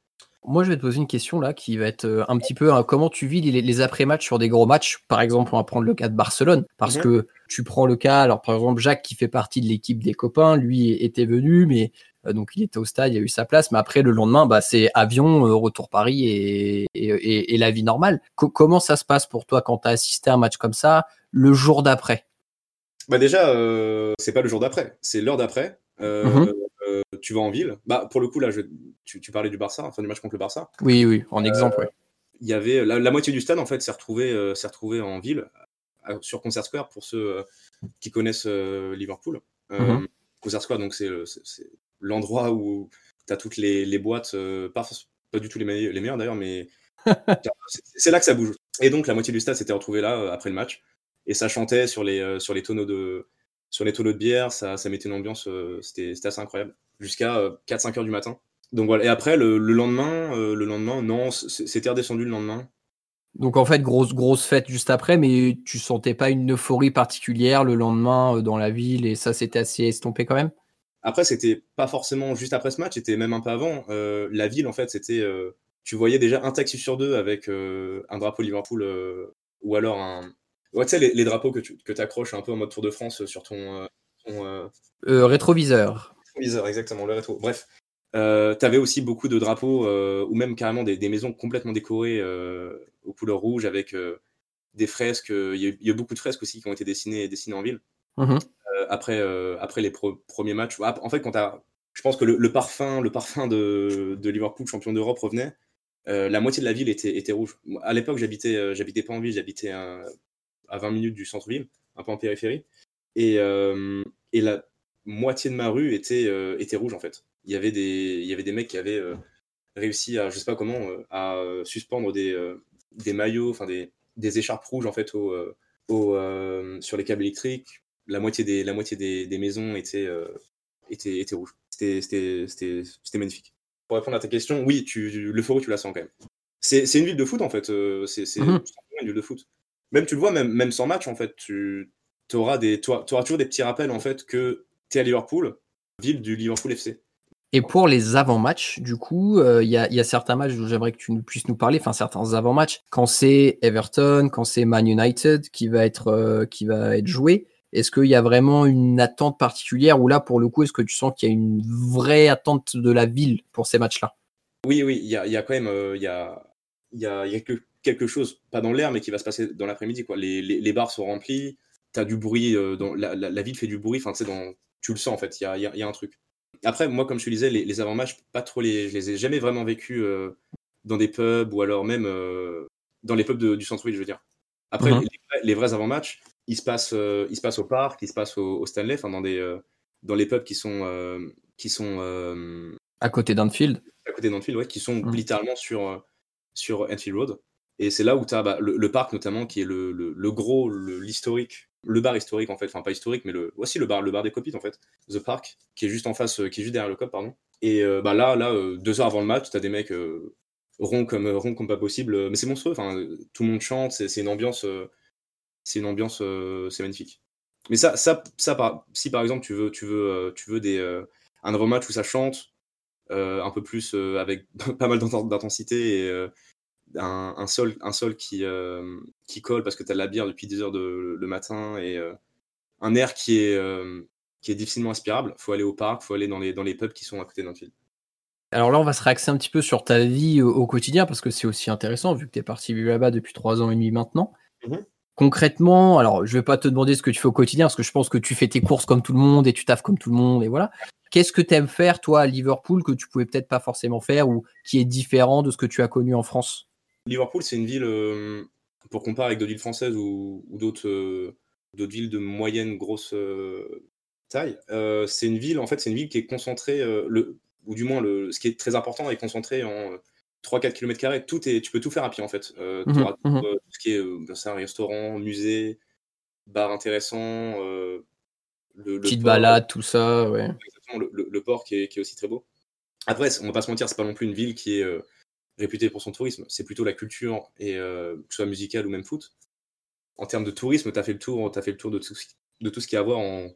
Moi, je vais te poser une question là qui va être un petit peu hein, comment tu vis les, les après-matchs sur des gros matchs. Par exemple, on va prendre le cas de Barcelone parce mm-hmm. que tu prends le cas, alors par exemple, Jacques qui fait partie de l'équipe des copains, lui était venu, mais euh, donc il était au stade, il a eu sa place, mais après le lendemain, bah, c'est avion, euh, retour Paris et, et, et, et la vie normale. Co- comment ça se passe pour toi quand tu as assisté à un match comme ça le jour d'après? Bah déjà, euh, c'est pas le jour d'après, c'est l'heure d'après. Euh, mm-hmm. euh, tu vas en ville. Bah pour le coup là, je, tu, tu parlais du Barça, enfin du match contre le Barça. Oui, oui, en euh, exemple, ouais. Il y avait la, la moitié du stade en fait s'est retrouvée euh, s'est retrouvée en ville euh, sur Concert Square pour ceux euh, qui connaissent euh, Liverpool. Euh, mm-hmm. Concert Square, donc c'est, c'est, c'est l'endroit où tu as toutes les, les boîtes, euh, pas, pas du tout les, me- les meilleures d'ailleurs, mais c'est, c'est là que ça bouge. Et donc la moitié du stade s'était retrouvée là euh, après le match. Et ça chantait sur les, euh, sur les tonneaux de, sur les tonneaux de bière, ça, ça mettait une ambiance, euh, c'était, c'était assez incroyable. Jusqu'à euh, quatre cinq heures du matin. Donc voilà. Et après, le, le lendemain, euh, le lendemain, non, c'était redescendu le lendemain. Donc en fait, grosse, grosse fête juste après, mais tu sentais pas une euphorie particulière le lendemain euh, dans la ville et ça, c'était assez estompé quand même? Après, c'était pas forcément juste après ce match, c'était même un peu avant. Euh, la ville, en fait, c'était. Euh, tu voyais déjà un taxi sur deux avec euh, un drapeau Liverpool euh, ou alors un. Ouais, tu sais, les, les drapeaux que tu que accroches un peu en mode Tour de France sur ton. Euh, ton euh... Euh, rétroviseur. Rétroviseur, exactement, le rétro. Bref. Euh, t'avais aussi beaucoup de drapeaux euh, ou même carrément des, des maisons complètement décorées euh, aux couleurs rouges avec euh, des fresques. Il y, a, il y a beaucoup de fresques aussi qui ont été dessinées, dessinées en ville. Mmh. Euh, après, euh, après les pro- premiers matchs. En fait, quand t'as, je pense que le, le parfum, le parfum de, de Liverpool, champion d'Europe, revenait. Euh, la moitié de la ville était, était rouge. À l'époque, j'habitais, euh, j'habitais pas en ville, j'habitais à, à vingt minutes du centre-ville, un peu en périphérie. Et, euh, et la moitié de ma rue était, euh, était rouge, en fait. Il y avait des, il y avait des mecs qui avaient euh, réussi à, je sais pas comment, euh, à suspendre des, euh, des maillots, enfin des, des écharpes rouges, en fait, au, au, euh, sur les câbles électriques. La moitié des, la moitié des, des maisons étaient, euh, étaient, étaient rouges. C'était, c'était, c'était, c'était magnifique. Pour répondre à ta question, oui, tu, l'euphorie, tu la sens quand même. C'est, c'est une ville de foot, en fait. Euh, c'est c'est mm-hmm. une ville de foot. Même, tu le vois, même, même sans match, en fait, tu auras toujours des petits rappels, en fait, que tu es à Liverpool, ville du Liverpool F C. Et pour les avant-matchs, du coup, il euh, y, y a certains matchs où j'aimerais que tu nous, puisses nous parler, enfin certains avant-matchs, quand c'est Everton, quand c'est Man United qui va être, euh, qui va être joué. Est-ce qu'il y a vraiment une attente particulière ou là, pour le coup, est-ce que tu sens qu'il y a une vraie attente de la ville pour ces matchs-là? Oui, oui, il y a, y a quand même euh, y a, y a, y a que, quelque chose, pas dans l'air, mais qui va se passer dans l'après-midi. Quoi. Les, les, les bars sont remplis, tu as du bruit, euh, dans, la, la, la ville fait du bruit, enfin, dans, tu le sens en fait, il y a, y, a, y a un truc. Après, moi, comme je te disais, les, les avant-matchs, pas trop les, je les ai jamais vraiment vécus euh, dans des pubs ou alors même euh, dans les pubs de, du centre-ville, je veux dire. Après, mm-hmm. les, les vrais avant-matchs, ils se passent, euh, ils se passent au parc, ils se passent au, au Stanley, enfin dans des, euh, dans les pubs qui sont, euh, qui sont euh, à côté d'Anfield. À côté d'Anfield, ouais, qui sont mmh. littéralement sur, sur Anfield Road. Et c'est là où tu as bah, le, le parc notamment, qui est le, le, le gros, le, l'historique, le bar historique en fait, enfin pas historique, mais le, aussi le bar, le bar des Copites en fait, The Park, qui est juste en face, qui est juste derrière le Cop, pardon. Et euh, bah là, là, euh, deux heures avant le match, tu as des mecs euh, ronds comme ronds comme pas possible, mais c'est monstrueux. Enfin, tout le monde chante, c'est, c'est une ambiance, euh, c'est une ambiance, euh, c'est magnifique. Mais ça, ça, ça, par, si par exemple tu veux, tu veux, euh, tu veux des, euh, un nouveau match où ça chante. Euh, un peu plus euh, avec pas mal d'intensité et euh, un, un sol, un sol qui, euh, qui colle parce que tu as de la bière depuis dix heures de, le matin et euh, un air qui est, euh, qui est difficilement aspirable. Il faut aller au parc, il faut aller dans les, dans les pubs qui sont à côté d'Anfield. Alors là, on va se réaxer un petit peu sur ta vie au, au quotidien parce que c'est aussi intéressant vu que tu es parti vivre là-bas depuis trois ans et demi maintenant. Mm-hmm. Concrètement, alors je vais pas te demander ce que tu fais au quotidien parce que je pense que tu fais tes courses comme tout le monde et tu taffes comme tout le monde et voilà. Qu'est-ce que tu aimes faire, toi, à Liverpool, que tu pouvais peut-être pas forcément faire ou qui est différent de ce que tu as connu en France? Liverpool, c'est une ville, euh, pour comparer avec d'autres villes françaises ou, ou d'autres, euh, d'autres villes de moyenne, grosse euh, taille, euh, c'est une ville, en fait, c'est une ville qui est concentrée, euh, le, ou du moins, le, ce qui est très important, est concentré en euh, trois à quatre kilomètres carrés. Tout est, tu peux tout faire à pied, en fait. Euh, mmh, tu auras mmh. tout, euh, tout ce qui est euh, un restaurant, musée, bar intéressant, euh, le, petite le balade, tout ça, ouais. Le, le, le port qui est, qui est aussi très beau. Après, on va pas se mentir, c'est pas non plus une ville qui est euh, réputée pour son tourisme. C'est plutôt la culture, et euh, que ce soit musicale ou même foot. En termes de tourisme, tu as fait le tour, t'as fait le tour de tout, ce, de tout ce qu'il y a à voir en,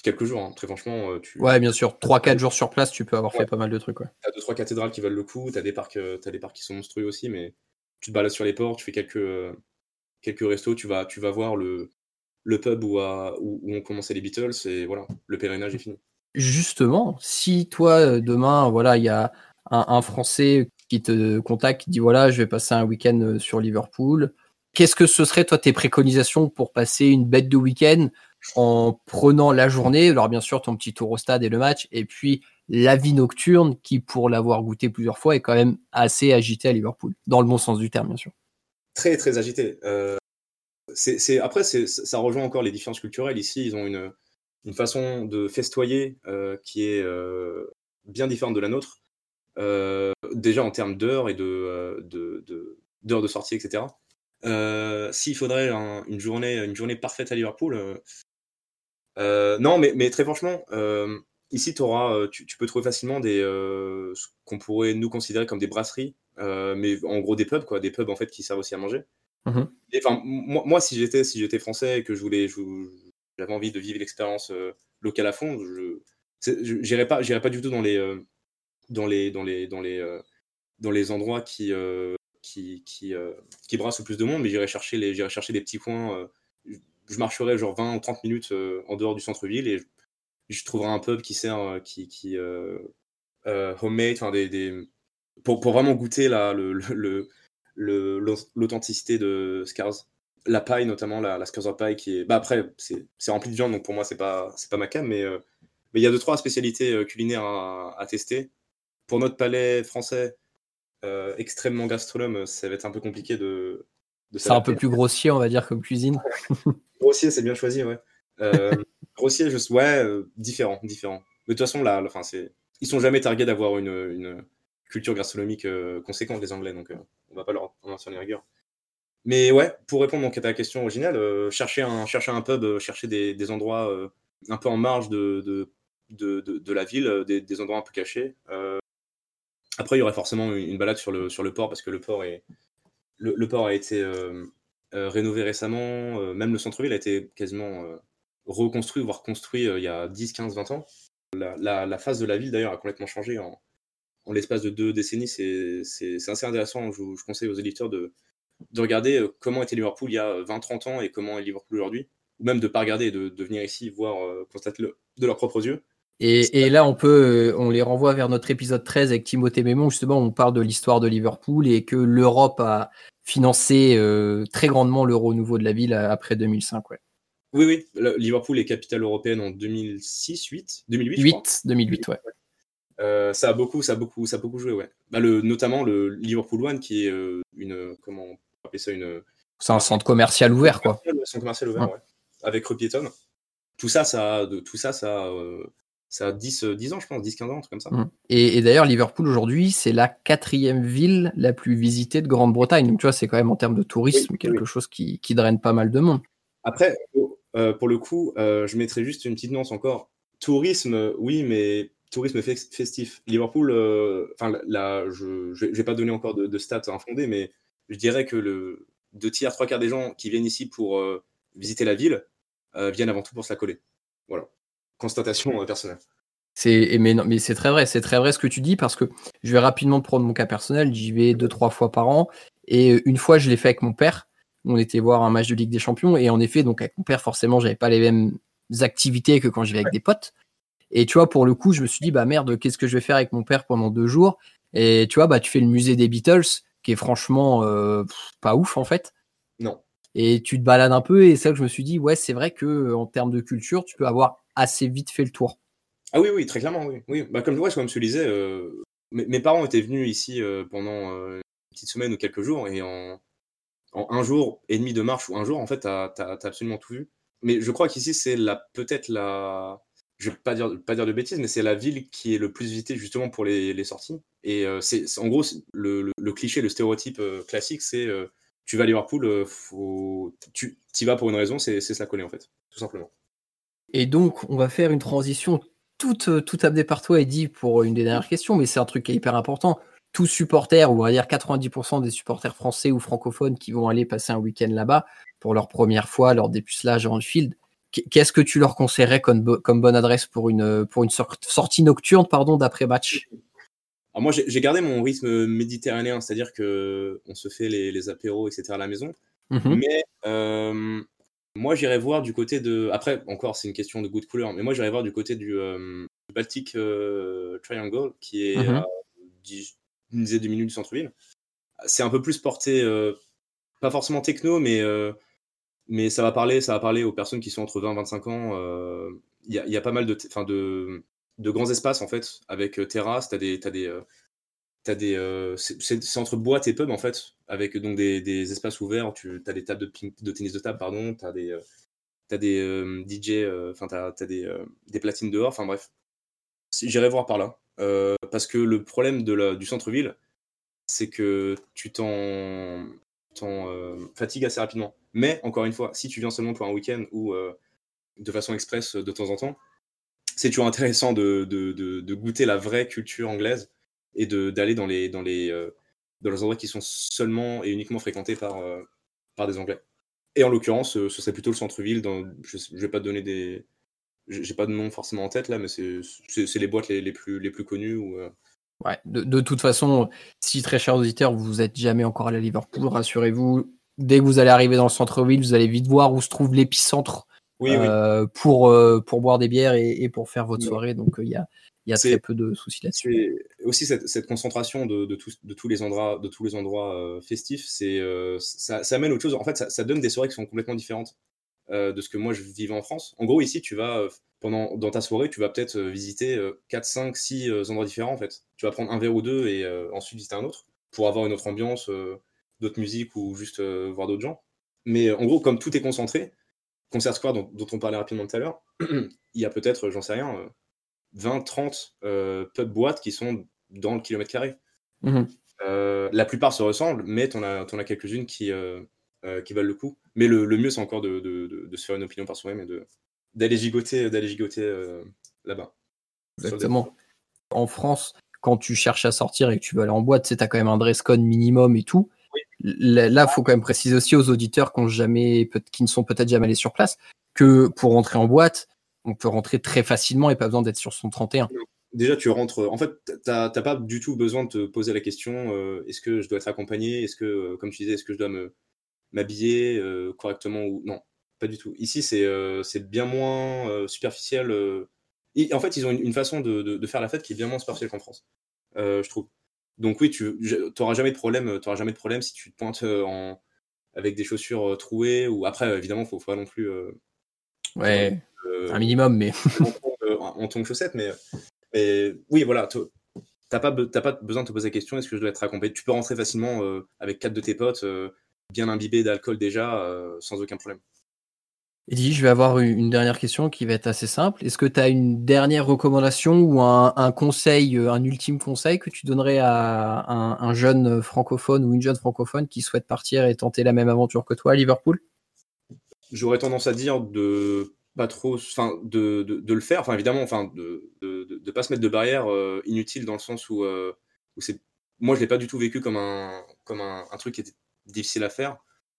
quelques jours, hein. Très franchement. Tu... Ouais, bien sûr. trois quatre jours sur place, tu peux avoir ouais. fait pas mal de trucs. Ouais. Tu as deux trois cathédrales qui valent le coup, tu as des parcs, t'as des parcs qui sont monstrueux aussi, mais tu te balades sur les ports, tu fais quelques, euh, quelques restos, tu vas, tu vas voir le, le pub où, à, où, où ont commencé les Beatles, et voilà, le pèlerinage est fini. Justement, si toi, demain, voilà, il y a un, un Français qui te contacte, qui dit voilà, je vais passer un week-end sur Liverpool, qu'est-ce que ce serait, toi, tes préconisations pour passer une bête de week-end en prenant la journée, alors bien sûr ton petit tour au stade et le match, et puis la vie nocturne qui, pour l'avoir goûté plusieurs fois, est quand même assez agitée à Liverpool, dans le bon sens du terme, bien sûr. Très, très agité. Euh, c'est, c'est, après, c'est, ça rejoint encore les différences culturelles. Ici, ils ont une, une façon de festoyer euh, qui est euh, bien différente de la nôtre, euh, déjà en termes d'heures et de, de, de, d'heures de sortie, et cetera. Euh, s'il faudrait un, une, journée, une journée parfaite à Liverpool, euh, euh, non, mais, mais très franchement, euh, ici, t'auras, tu, tu peux trouver facilement des, euh, ce qu'on pourrait nous considérer comme des brasseries, euh, mais en gros des pubs, quoi, des pubs en fait qui servent aussi à manger. Mmh. Et, enfin, moi, moi, si j'étais, si j'étais français et que je voulais, je, j'avais envie de vivre l'expérience euh, locale à fond, je, je j'irais pas, j'irais pas du tout dans les, euh, dans les, dans les, dans les, euh, dans les endroits qui, euh, qui, qui, euh, qui brassent le plus de monde, mais j'irais chercher les, j'irais chercher des petits coins. Euh, je marcherais genre vingt ou trente minutes euh, en dehors du centre-ville et je, je trouverai un pub qui sert, euh, qui, qui euh, euh, homemade, enfin des, des pour, pour vraiment goûter la, le, le, le, l'authenticité de Scars. La paille, notamment la, la Scars paille, qui est. Bah après, c'est, c'est rempli de viande, donc pour moi, c'est pas, c'est pas ma cam, mais euh, mais il y a deux, trois spécialités euh, culinaires à, à tester. Pour notre palais français, euh, extrêmement gastronome, ça va être un peu compliqué de. de c'est un peu plus grossier, on va dire, comme cuisine. Grossier, c'est bien choisi, ouais. Euh, grossier, je... ouais, euh, différent, différent. Mais de toute façon, là, enfin, c'est. Ils sont jamais targués d'avoir une, une culture gastronomique euh, conséquente, les Anglais, donc euh, on va pas leur en sur les rigueurs. Mais ouais, pour répondre donc à ta question originale, euh, chercher, un, chercher un pub, euh, chercher des, des endroits euh, un peu en marge de, de, de, de, de la ville, euh, des, des endroits un peu cachés. Euh, après, il y aurait forcément une, une balade sur le, sur le port, parce que le port, est, le, le port a été euh, euh, rénové récemment, euh, même le centre-ville a été quasiment euh, reconstruit, voire construit euh, il y a dix, quinze, vingt ans. La, la, la face de la ville, d'ailleurs, a complètement changé en, en l'espace de deux décennies. C'est, c'est, c'est assez intéressant. Je, je conseille aux éditeurs de de regarder comment était Liverpool il y a vingt trente ans et comment est Liverpool aujourd'hui, ou même de ne pas regarder, de, de venir ici voir, euh, constater le, de leurs propres yeux. Et, et là, on peut, on les renvoie vers notre épisode treize avec Timothée Mémon, justement, on parle de l'histoire de Liverpool et que l'Europe a financé euh, très grandement le renouveau de la ville après deux mille cinq. Ouais. Oui, oui, le, Liverpool est capitale européenne en deux mille six, huit, deux mille huit, huit, je crois. deux mille huit, ouais. Euh, ça a beaucoup, ça a beaucoup, ça a beaucoup joué, ouais. Bah, le, notamment le Liverpool One, qui est euh, une, comment on peut appeler ça, une. C'est un centre commercial ouvert, quoi. Un centre commercial ouvert, ouais. ouais. Avec rue piétonne. Tout ça, ça, de, tout ça, ça, euh, ça a dix, dix ans, je pense, dix, quinze ans, un truc comme ça. Mmh. Et, et d'ailleurs, Liverpool aujourd'hui, c'est la quatrième ville la plus visitée de Grande-Bretagne. Donc, tu vois, c'est quand même en termes de tourisme oui, quelque oui. chose qui, qui draine pas mal de monde. Après, euh, pour le coup, euh, je mettrais juste une petite nuance encore. Tourisme, oui, mais tourisme festif. Liverpool, enfin, euh, là, je ne vais pas donner encore de, de stats infondées, mais je dirais que le deux tiers, trois quarts des gens qui viennent ici pour euh, visiter la ville euh, viennent avant tout pour se la coller. Voilà. Constatation euh, personnelle. C'est, mais, non, mais c'est très vrai, c'est très vrai ce que tu dis, parce que je vais rapidement prendre mon cas personnel, j'y vais deux, trois fois par an, et une fois je l'ai fait avec mon père, on était voir un match de Ligue des Champions, et en effet, donc avec mon père, forcément, j'avais pas les mêmes activités que quand j'y vais avec des potes, et tu vois, pour le coup, je me suis dit, bah merde, qu'est-ce que je vais faire avec mon père pendant deux jours, et tu vois, bah tu fais le musée des Beatles, qui est franchement euh, pff, pas ouf en fait. Non. Et tu te balades un peu, et c'est là que je me suis dit, ouais, c'est vrai que en termes de culture, tu peux avoir assez vite fait le tour. Ah oui, oui, très clairement, oui. oui. Bah, comme, ouais, comme je te le disais, euh, mes, mes parents étaient venus ici euh, pendant euh, une petite semaine ou quelques jours, et en, en un jour et demi de marche ou un jour, en fait, t'as, t'as, t'as absolument tout vu. Mais je crois qu'ici, c'est la, peut-être la... Je vais pas dire, pas dire de bêtises, mais c'est la ville qui est le plus visitée justement pour les, les sorties. Et euh, c'est, c'est en gros, le, le, le cliché, le stéréotype euh, classique, c'est euh, tu vas à Liverpool, euh, faut, tu y vas pour une raison, c'est, c'est se la coller en fait, tout simplement. Et donc, on va faire une transition toute, toute amenée par toi, Eddy, pour une des dernières questions, mais c'est un truc qui est hyper important. Tous supporters, ou on va dire quatre-vingt-dix pour cent des supporters français ou francophones qui vont aller passer un week-end là-bas pour leur première fois, leur dépucelage en field, qu'est-ce que tu leur conseillerais comme, bo- comme bonne adresse pour une, pour une sor- sortie nocturne pardon, d'après-match? Alors moi, j'ai, j'ai gardé mon rythme méditerranéen, c'est-à-dire que on se fait les, les apéros, et cetera à la maison. Mhm. Mais euh, moi, j'irais voir du côté de... Après, encore, c'est une question de goût de couleur, mais moi, j'irais voir du côté du, euh, du Baltic euh, Triangle, qui est Mhm. à dix, une dizaine de minutes du centre-ville. C'est un peu plus porté, euh, pas forcément techno, mais, euh, mais ça va parler, ça va parler aux personnes qui sont entre vingt et vingt-cinq ans. euh, Il y, a, il y a pas mal de, t- enfin, de, de grands espaces, en fait, avec euh, terrasse, t'as des... T'as des euh, T'as des, euh, c'est, c'est- c'est entre boîte et pub en fait, avec donc des, des espaces ouverts. Tu as des tables de, ping- de tennis de table, pardon. T'as des, euh, t'as des euh, D J, enfin t'as, t'as des, euh, des platines dehors. Enfin bref, Si- j'irai voir par là. Euh, parce que le problème de la, du centre-ville, c'est que tu t'en, t'en euh, fatigues assez rapidement. Mais encore une fois, si tu viens seulement pour un week-end ou euh, de façon express de temps en temps, c'est toujours intéressant de, de, de, de goûter la vraie culture anglaise et de, d'aller dans les, dans, les, euh, dans les endroits qui sont seulement et uniquement fréquentés par, euh, par des Anglais. Et en l'occurrence, euh, ce serait plutôt le centre-ville. Dans, je ne vais pas te donner des... J'ai pas de nom forcément en tête là, mais c'est, c'est, c'est les boîtes les, les, plus, les plus connues. Où, euh... Ouais, de, de toute façon, si très chers auditeurs, vous n'êtes jamais encore allé à Liverpool, rassurez-vous, dès que vous allez arriver dans le centre-ville, vous allez vite voir où se trouve l'épicentre Oui, euh, oui. pour, euh, pour boire des bières et, et pour faire votre oui. soirée. Donc il euh, y a, y a c'est, très peu de soucis là-dessus. C'est aussi cette, cette concentration de, de, tous, de tous les endroits, de tous les endroits euh, festifs, c'est, euh, ça, ça amène autre chose. En fait, ça, ça donne des soirées qui sont complètement différentes euh, de ce que moi je vivais en France. En gros, ici, tu vas, euh, pendant, dans ta soirée, tu vas peut-être euh, visiter euh, quatre, cinq, six euh, endroits différents en fait. Tu vas prendre un verre ou deux et euh, ensuite visiter un autre pour avoir une autre ambiance, euh, d'autres musiques ou juste euh, voir d'autres gens. Mais en gros, comme tout est concentré, Concert Square dont, dont on parlait rapidement tout à l'heure, il y a peut-être, j'en sais rien, euh, vingt, trente euh, pubs boîtes qui sont dans le kilomètre carré. Mmh. Euh, la plupart se ressemblent, mais t'en as, t'en as quelques-unes qui, euh, euh, qui valent le coup. Mais le, le mieux, c'est encore de, de, de, de se faire une opinion par soi-même et de, d'aller gigoter, d'aller gigoter euh, là-bas. Exactement. En France, quand tu cherches à sortir et que tu veux aller en boîte, tu as quand même un dress code minimum et tout. Oui. Là, il faut quand même préciser aussi aux auditeurs qui, ont jamais, qui ne sont peut-être jamais allés sur place que pour rentrer en boîte, on peut rentrer très facilement et pas besoin d'être sur son trente et un. Déjà, tu rentres. En fait, t'as, t'as pas du tout besoin de te poser la question euh, est-ce que je dois être accompagné? Est-ce que, euh, comme tu disais, est-ce que je dois me, m'habiller euh, correctement ou non? Pas du tout. Ici, c'est, euh, c'est bien moins euh, superficiel. Euh... Et, en fait, ils ont une, une façon de, de, de faire la fête qui est bien moins superficielle qu'en France, euh, je trouve. Donc oui, tu n'auras jamais de problème. T'auras jamais de problème si tu te pointes euh, en, avec des chaussures euh, trouées ou après, euh, évidemment, faut, faut pas non plus. Euh, ouais, euh, un minimum, mais en, en tongs chaussettes, mais. Mais oui, voilà, t'as pas, t'as pas besoin de te poser la question est-ce que je dois être accompagné? Tu peux rentrer facilement euh, avec quatre de tes potes, euh, bien imbibés d'alcool déjà, euh, sans aucun problème. Eddie, je vais avoir une dernière question qui va être assez simple. Est-ce que tu as une dernière recommandation ou un, un conseil, un ultime conseil que tu donnerais à un, un jeune francophone ou une jeune francophone qui souhaite partir et tenter la même aventure que toi à Liverpool? J'aurais tendance à dire de pas trop, enfin de, de, de le faire, enfin évidemment, enfin de de, de, de pas se mettre de barrières euh, inutiles dans le sens où, euh, où c'est, moi je l'ai pas du tout vécu comme un comme un, un truc qui était difficile à faire,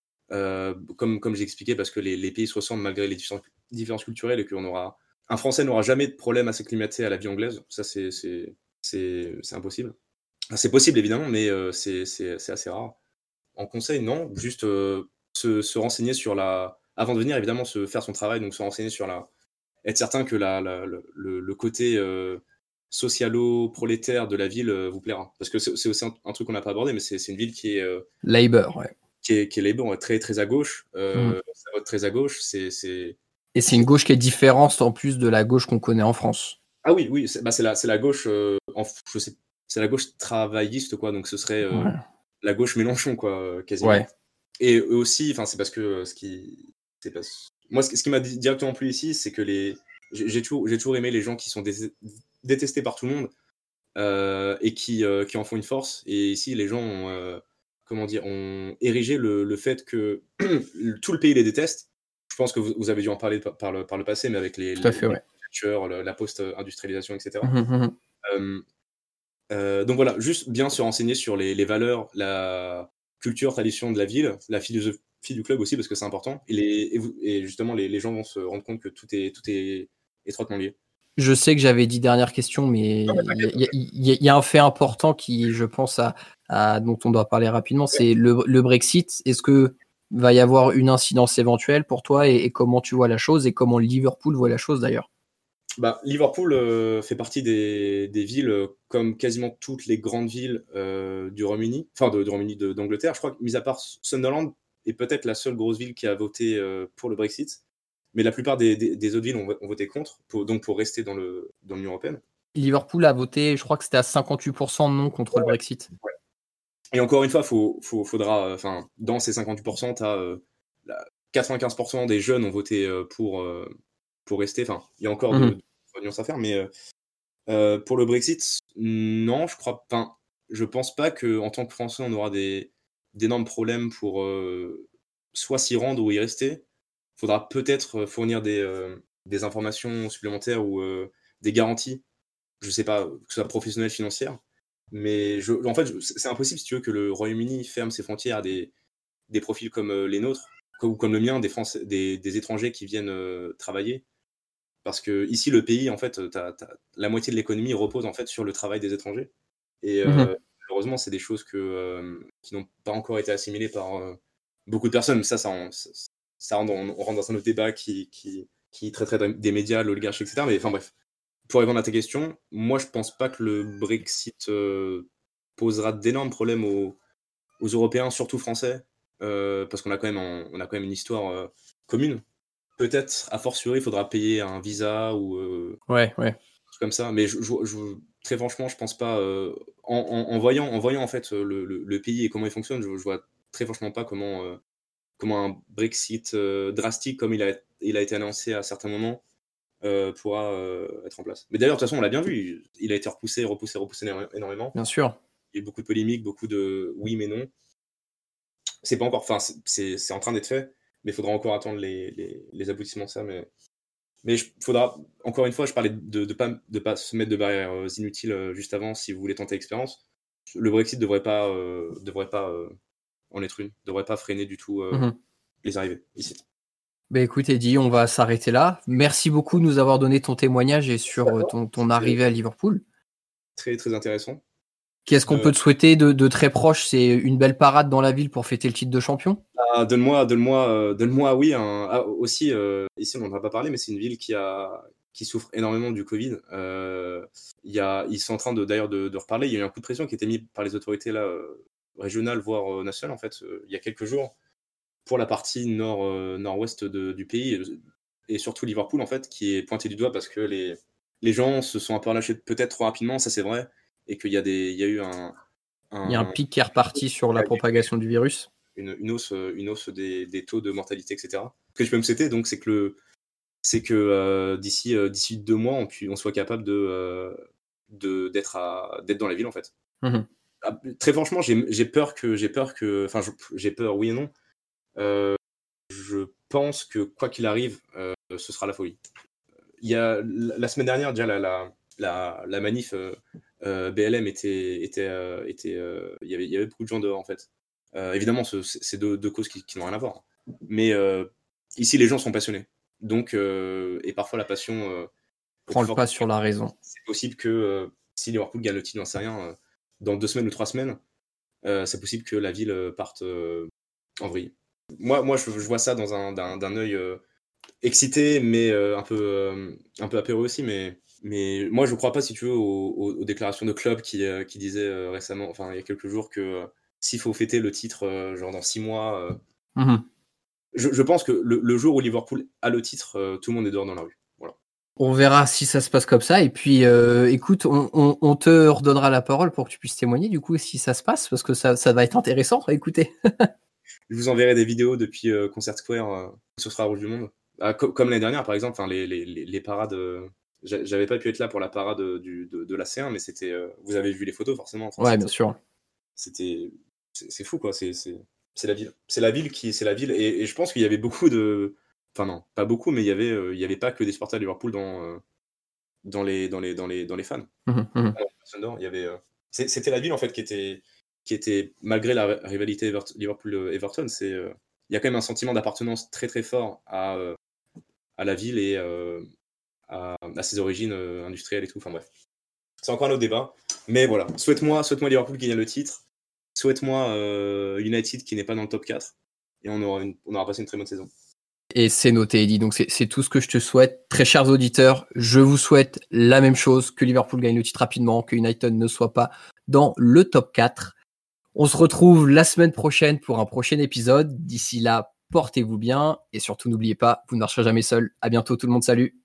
euh, comme comme j'ai expliqué parce que les, les pays se ressemblent malgré les différences, différences culturelles et qu'on aura un Français n'aura jamais de problème à s'acclimater à la vie anglaise, ça c'est c'est c'est, c'est impossible. Enfin, c'est possible évidemment, mais euh, c'est, c'est c'est assez rare. En conseil, non, juste euh, se, se renseigner sur la. Avant de venir, évidemment, se faire son travail, donc se renseigner sur la. Être certain que la, la, le, le côté euh, socialo-prolétaire de la ville euh, vous plaira. Parce que c'est, c'est aussi un, un truc qu'on n'a pas abordé, mais c'est, c'est une ville qui est. Euh, Labour, ouais. Qui est, qui est Labour, très, très à gauche. Euh, mmh. Ça vote très à gauche. C'est, c'est... Et c'est une gauche qui est différente en plus de la gauche qu'on connaît en France. Ah oui, oui, c'est, bah c'est, la, c'est la gauche. Euh, en, je sais, c'est la gauche travailliste, quoi. Donc ce serait euh, ouais. la gauche Mélenchon, quoi, quasiment. Ouais. Et eux aussi, enfin, c'est parce que ce qui, c'est pas... moi, ce qui m'a directement plu ici, c'est que les, j'ai toujours, j'ai toujours aimé les gens qui sont dé... détestés par tout le monde euh, et qui, euh, qui en font une force. Et ici, les gens ont, euh, comment dire, ont érigé le, le fait que tout le pays les déteste. Je pense que vous, vous avez dû en parler par, par, le, par le passé, mais avec les, tout à fait, les, ouais. les la post-industrialisation, et cetera. Mmh, mmh. Euh, euh, donc voilà, juste bien se renseigner sur les, les valeurs, la culture, tradition de la ville, la philosophie, philosophie du club aussi parce que c'est important. Et, les, et, vous, et justement, les, les gens vont se rendre compte que tout est, tout est étroitement lié. Je sais que j'avais dit dernière question, mais il y, y, y a un fait important qui, je pense, à, à, dont on doit parler rapidement, c'est le, le Brexit. Est-ce que va y avoir une incidence éventuelle pour toi et, et comment tu vois la chose et comment Liverpool voit la chose d'ailleurs? Bah, Liverpool euh, fait partie des, des villes, euh, comme quasiment toutes les grandes villes euh, du Royaume-Uni, enfin de, du Royaume-Uni de, d'Angleterre. Je crois que, mis à part Sunderland, est peut-être la seule grosse ville qui a voté euh, pour le Brexit. Mais la plupart des, des, des autres villes ont, ont voté contre, pour, donc pour rester dans, le, dans l'Union européenne. Liverpool a voté, je crois que c'était à cinquante-huit pour cent non contre ouais, le Brexit. Ouais. Et encore une fois, faut, faut, faudra, enfin, dans ces cinquante-huit pour cent, tu as euh, quatre-vingt-quinze pour cent des jeunes ont voté euh, pour, euh, pour rester. Enfin, il y a encore mm-hmm. de, de nuances à faire, mais euh, euh, pour le Brexit, non, je crois pas. Je pense pas qu'en tant que Français, on aura des, d'énormes problèmes pour euh, soit s'y rendre ou y rester. Il faudra peut-être fournir des, euh, des informations supplémentaires ou euh, des garanties, je sais pas, que ce soit professionnelles, financières. Mais je, en fait, c'est impossible, si tu veux, que le Royaume-Uni ferme ses frontières à des, des profils comme euh, les nôtres, ou comme le mien, des, Français, des, des étrangers qui viennent euh, travailler. Parce que ici, le pays, en fait, t'as, t'as, la moitié de l'économie repose en fait sur le travail des étrangers. Et euh, mmh. Heureusement, c'est des choses que, euh, qui n'ont pas encore été assimilées par euh, beaucoup de personnes. Mais ça, ça, on, ça rentre, on, on rentre dans un autre débat qui, qui, qui traiterait des médias, l'oligarchie, et cetera. Mais enfin bref, pour répondre à ta question, moi, je pense pas que le Brexit euh, posera d'énormes problèmes aux, aux Européens, surtout français, euh, parce qu'on a quand même, un, on a quand même une histoire euh, commune. Peut-être, a fortiori, il faudra payer un visa ou euh, ouais, ouais. comme ça. Mais je, je, je, très franchement, je pense pas. Euh, en, en, en voyant, en voyant en fait le, le, le pays et comment il fonctionne, je, je vois très franchement pas comment, euh, comment un Brexit euh, drastique, comme il a, il a été annoncé à certains moments, euh, pourra euh, être en place. Mais d'ailleurs, de toute façon, on l'a bien vu. Il a été repoussé, repoussé, repoussé énormément. Bien sûr. Il y a eu beaucoup de polémiques, beaucoup de oui mais non. C'est pas encore. Enfin, c'est, c'est en train d'être fait. Mais il faudra encore attendre les, les, les aboutissements de ça. Mais, mais il faudra, encore une fois, je parlais de ne de pas, de pas se mettre de barrières euh, inutiles euh, juste avant si vous voulez tenter l'expérience. Le Brexit ne devrait pas, euh, devrait pas euh, en être une, ne devrait pas freiner du tout euh, mm-hmm. les arrivées ici. Bah écoute Eddy, on va s'arrêter là. Merci beaucoup de nous avoir donné ton témoignage et sur ton, ton arrivée à Liverpool. Très très intéressant. Qu'est-ce qu'on euh, peut te souhaiter de, de très proche? C'est une belle parade dans la ville pour fêter le titre de champion? Ah, donne-moi, donne-moi, euh, donne-moi, oui. Un, ah, aussi, euh, ici, on n'en a pas parlé, mais c'est une ville qui, a, qui souffre énormément du Covid. Euh, y a, ils sont en train de, d'ailleurs de, de reparler. Il y a eu un coup de pression qui a été mis par les autorités là, euh, régionales, voire euh, nationales, en fait, euh, il y a quelques jours, pour la partie nord, euh, nord-ouest de, du pays, et surtout Liverpool, en fait, qui est pointé du doigt parce que les, les gens se sont un peu relâchés peut-être trop rapidement, ça c'est vrai, et qu'il y a, des, il y a eu un... un il y a un pic qui est reparti sur la propagation du virus. Une, une hausse, une hausse des, des taux de mortalité, et cetera. Ce que je peux me citer, donc, c'est que, le, c'est que euh, d'ici, euh, d'ici deux mois, on, on soit capable de, euh, de, d'être, à, d'être dans la ville, en fait. Mm-hmm. Ah, très franchement, j'ai, j'ai peur que... J'ai peur, que, enfin, j'ai peur, oui et non. Euh, je pense que, quoi qu'il arrive, euh, ce sera la folie. Il y a, la semaine dernière, déjà, la, la, la, la manif euh, euh, B L M était... était, euh, était euh, il, y avait, il y avait beaucoup de gens dehors, en fait. Euh, évidemment, ce, c'est deux, deux causes qui, qui n'ont rien à voir. Mais euh, ici, les gens sont passionnés. Donc, euh, et parfois, la passion euh, prend le pas sur la raison. C'est possible que euh, si Liverpool gagne le titre, j'en sais rien, euh, dans deux semaines ou trois semaines, euh, c'est possible que la ville parte euh, en vrille. Moi, moi je, je vois ça dans un, d'un, d'un œil euh, excité, mais euh, un, peu, euh, un peu apeuré aussi. Mais, mais moi, je ne crois pas, si tu veux, aux, aux, aux déclarations de club qui, euh, qui disaient euh, récemment, enfin, il y a quelques jours, que euh, s'il faut fêter le titre, euh, genre dans six mois, euh, mm-hmm. je, je pense que le, le jour où Liverpool a le titre, euh, tout le monde est dehors dans la rue. Voilà. On verra si ça se passe comme ça. Et puis, euh, écoute, on, on, on te redonnera la parole pour que tu puisses témoigner, du coup, si ça se passe, parce que ça, ça va être intéressant à écouter. Je vous enverrai des vidéos depuis euh, Concert Square, euh, ce sera la Rouge du Monde. Ah, co- comme l'année dernière, par exemple, les, les, les, les parades... Euh, j'avais pas pu être là pour la parade du, de, de la C un, mais c'était... Euh, vous avez vu les photos, forcément. En ouais, bien sûr. C'était... C'est, c'est fou, quoi. C'est, c'est, c'est la ville. C'est la ville qui... C'est la ville. Et, et je pense qu'il y avait beaucoup de... Enfin, non, pas beaucoup, mais il y avait, euh, il y avait pas que des supporters de Liverpool dans, euh, dans, les, dans, les, dans, les, dans les fans. Mmh, mmh. Il y avait, euh, c'est, c'était la ville, en fait, qui était... qui était, malgré la rivalité Liverpool-Everton, c'est, euh, il y a quand même un sentiment d'appartenance très très fort à, euh, à la ville et euh, à, à ses origines euh, industrielles et tout. Enfin bref, c'est encore un autre débat. Mais voilà, souhaite-moi, souhaite-moi Liverpool qui gagne le titre. Souhaite-moi euh, United qui n'est pas dans le top quatre. Et on aura, une, on aura passé une très bonne saison. Et c'est noté, Eddy. Donc c'est, c'est tout ce que je te souhaite. Très chers auditeurs, je vous souhaite la même chose, que Liverpool gagne le titre rapidement, que United ne soit pas dans le top quatre. On se retrouve la semaine prochaine pour un prochain épisode. D'ici là, portez-vous bien et surtout n'oubliez pas, vous ne marcherez jamais seul. À bientôt tout le monde, salut.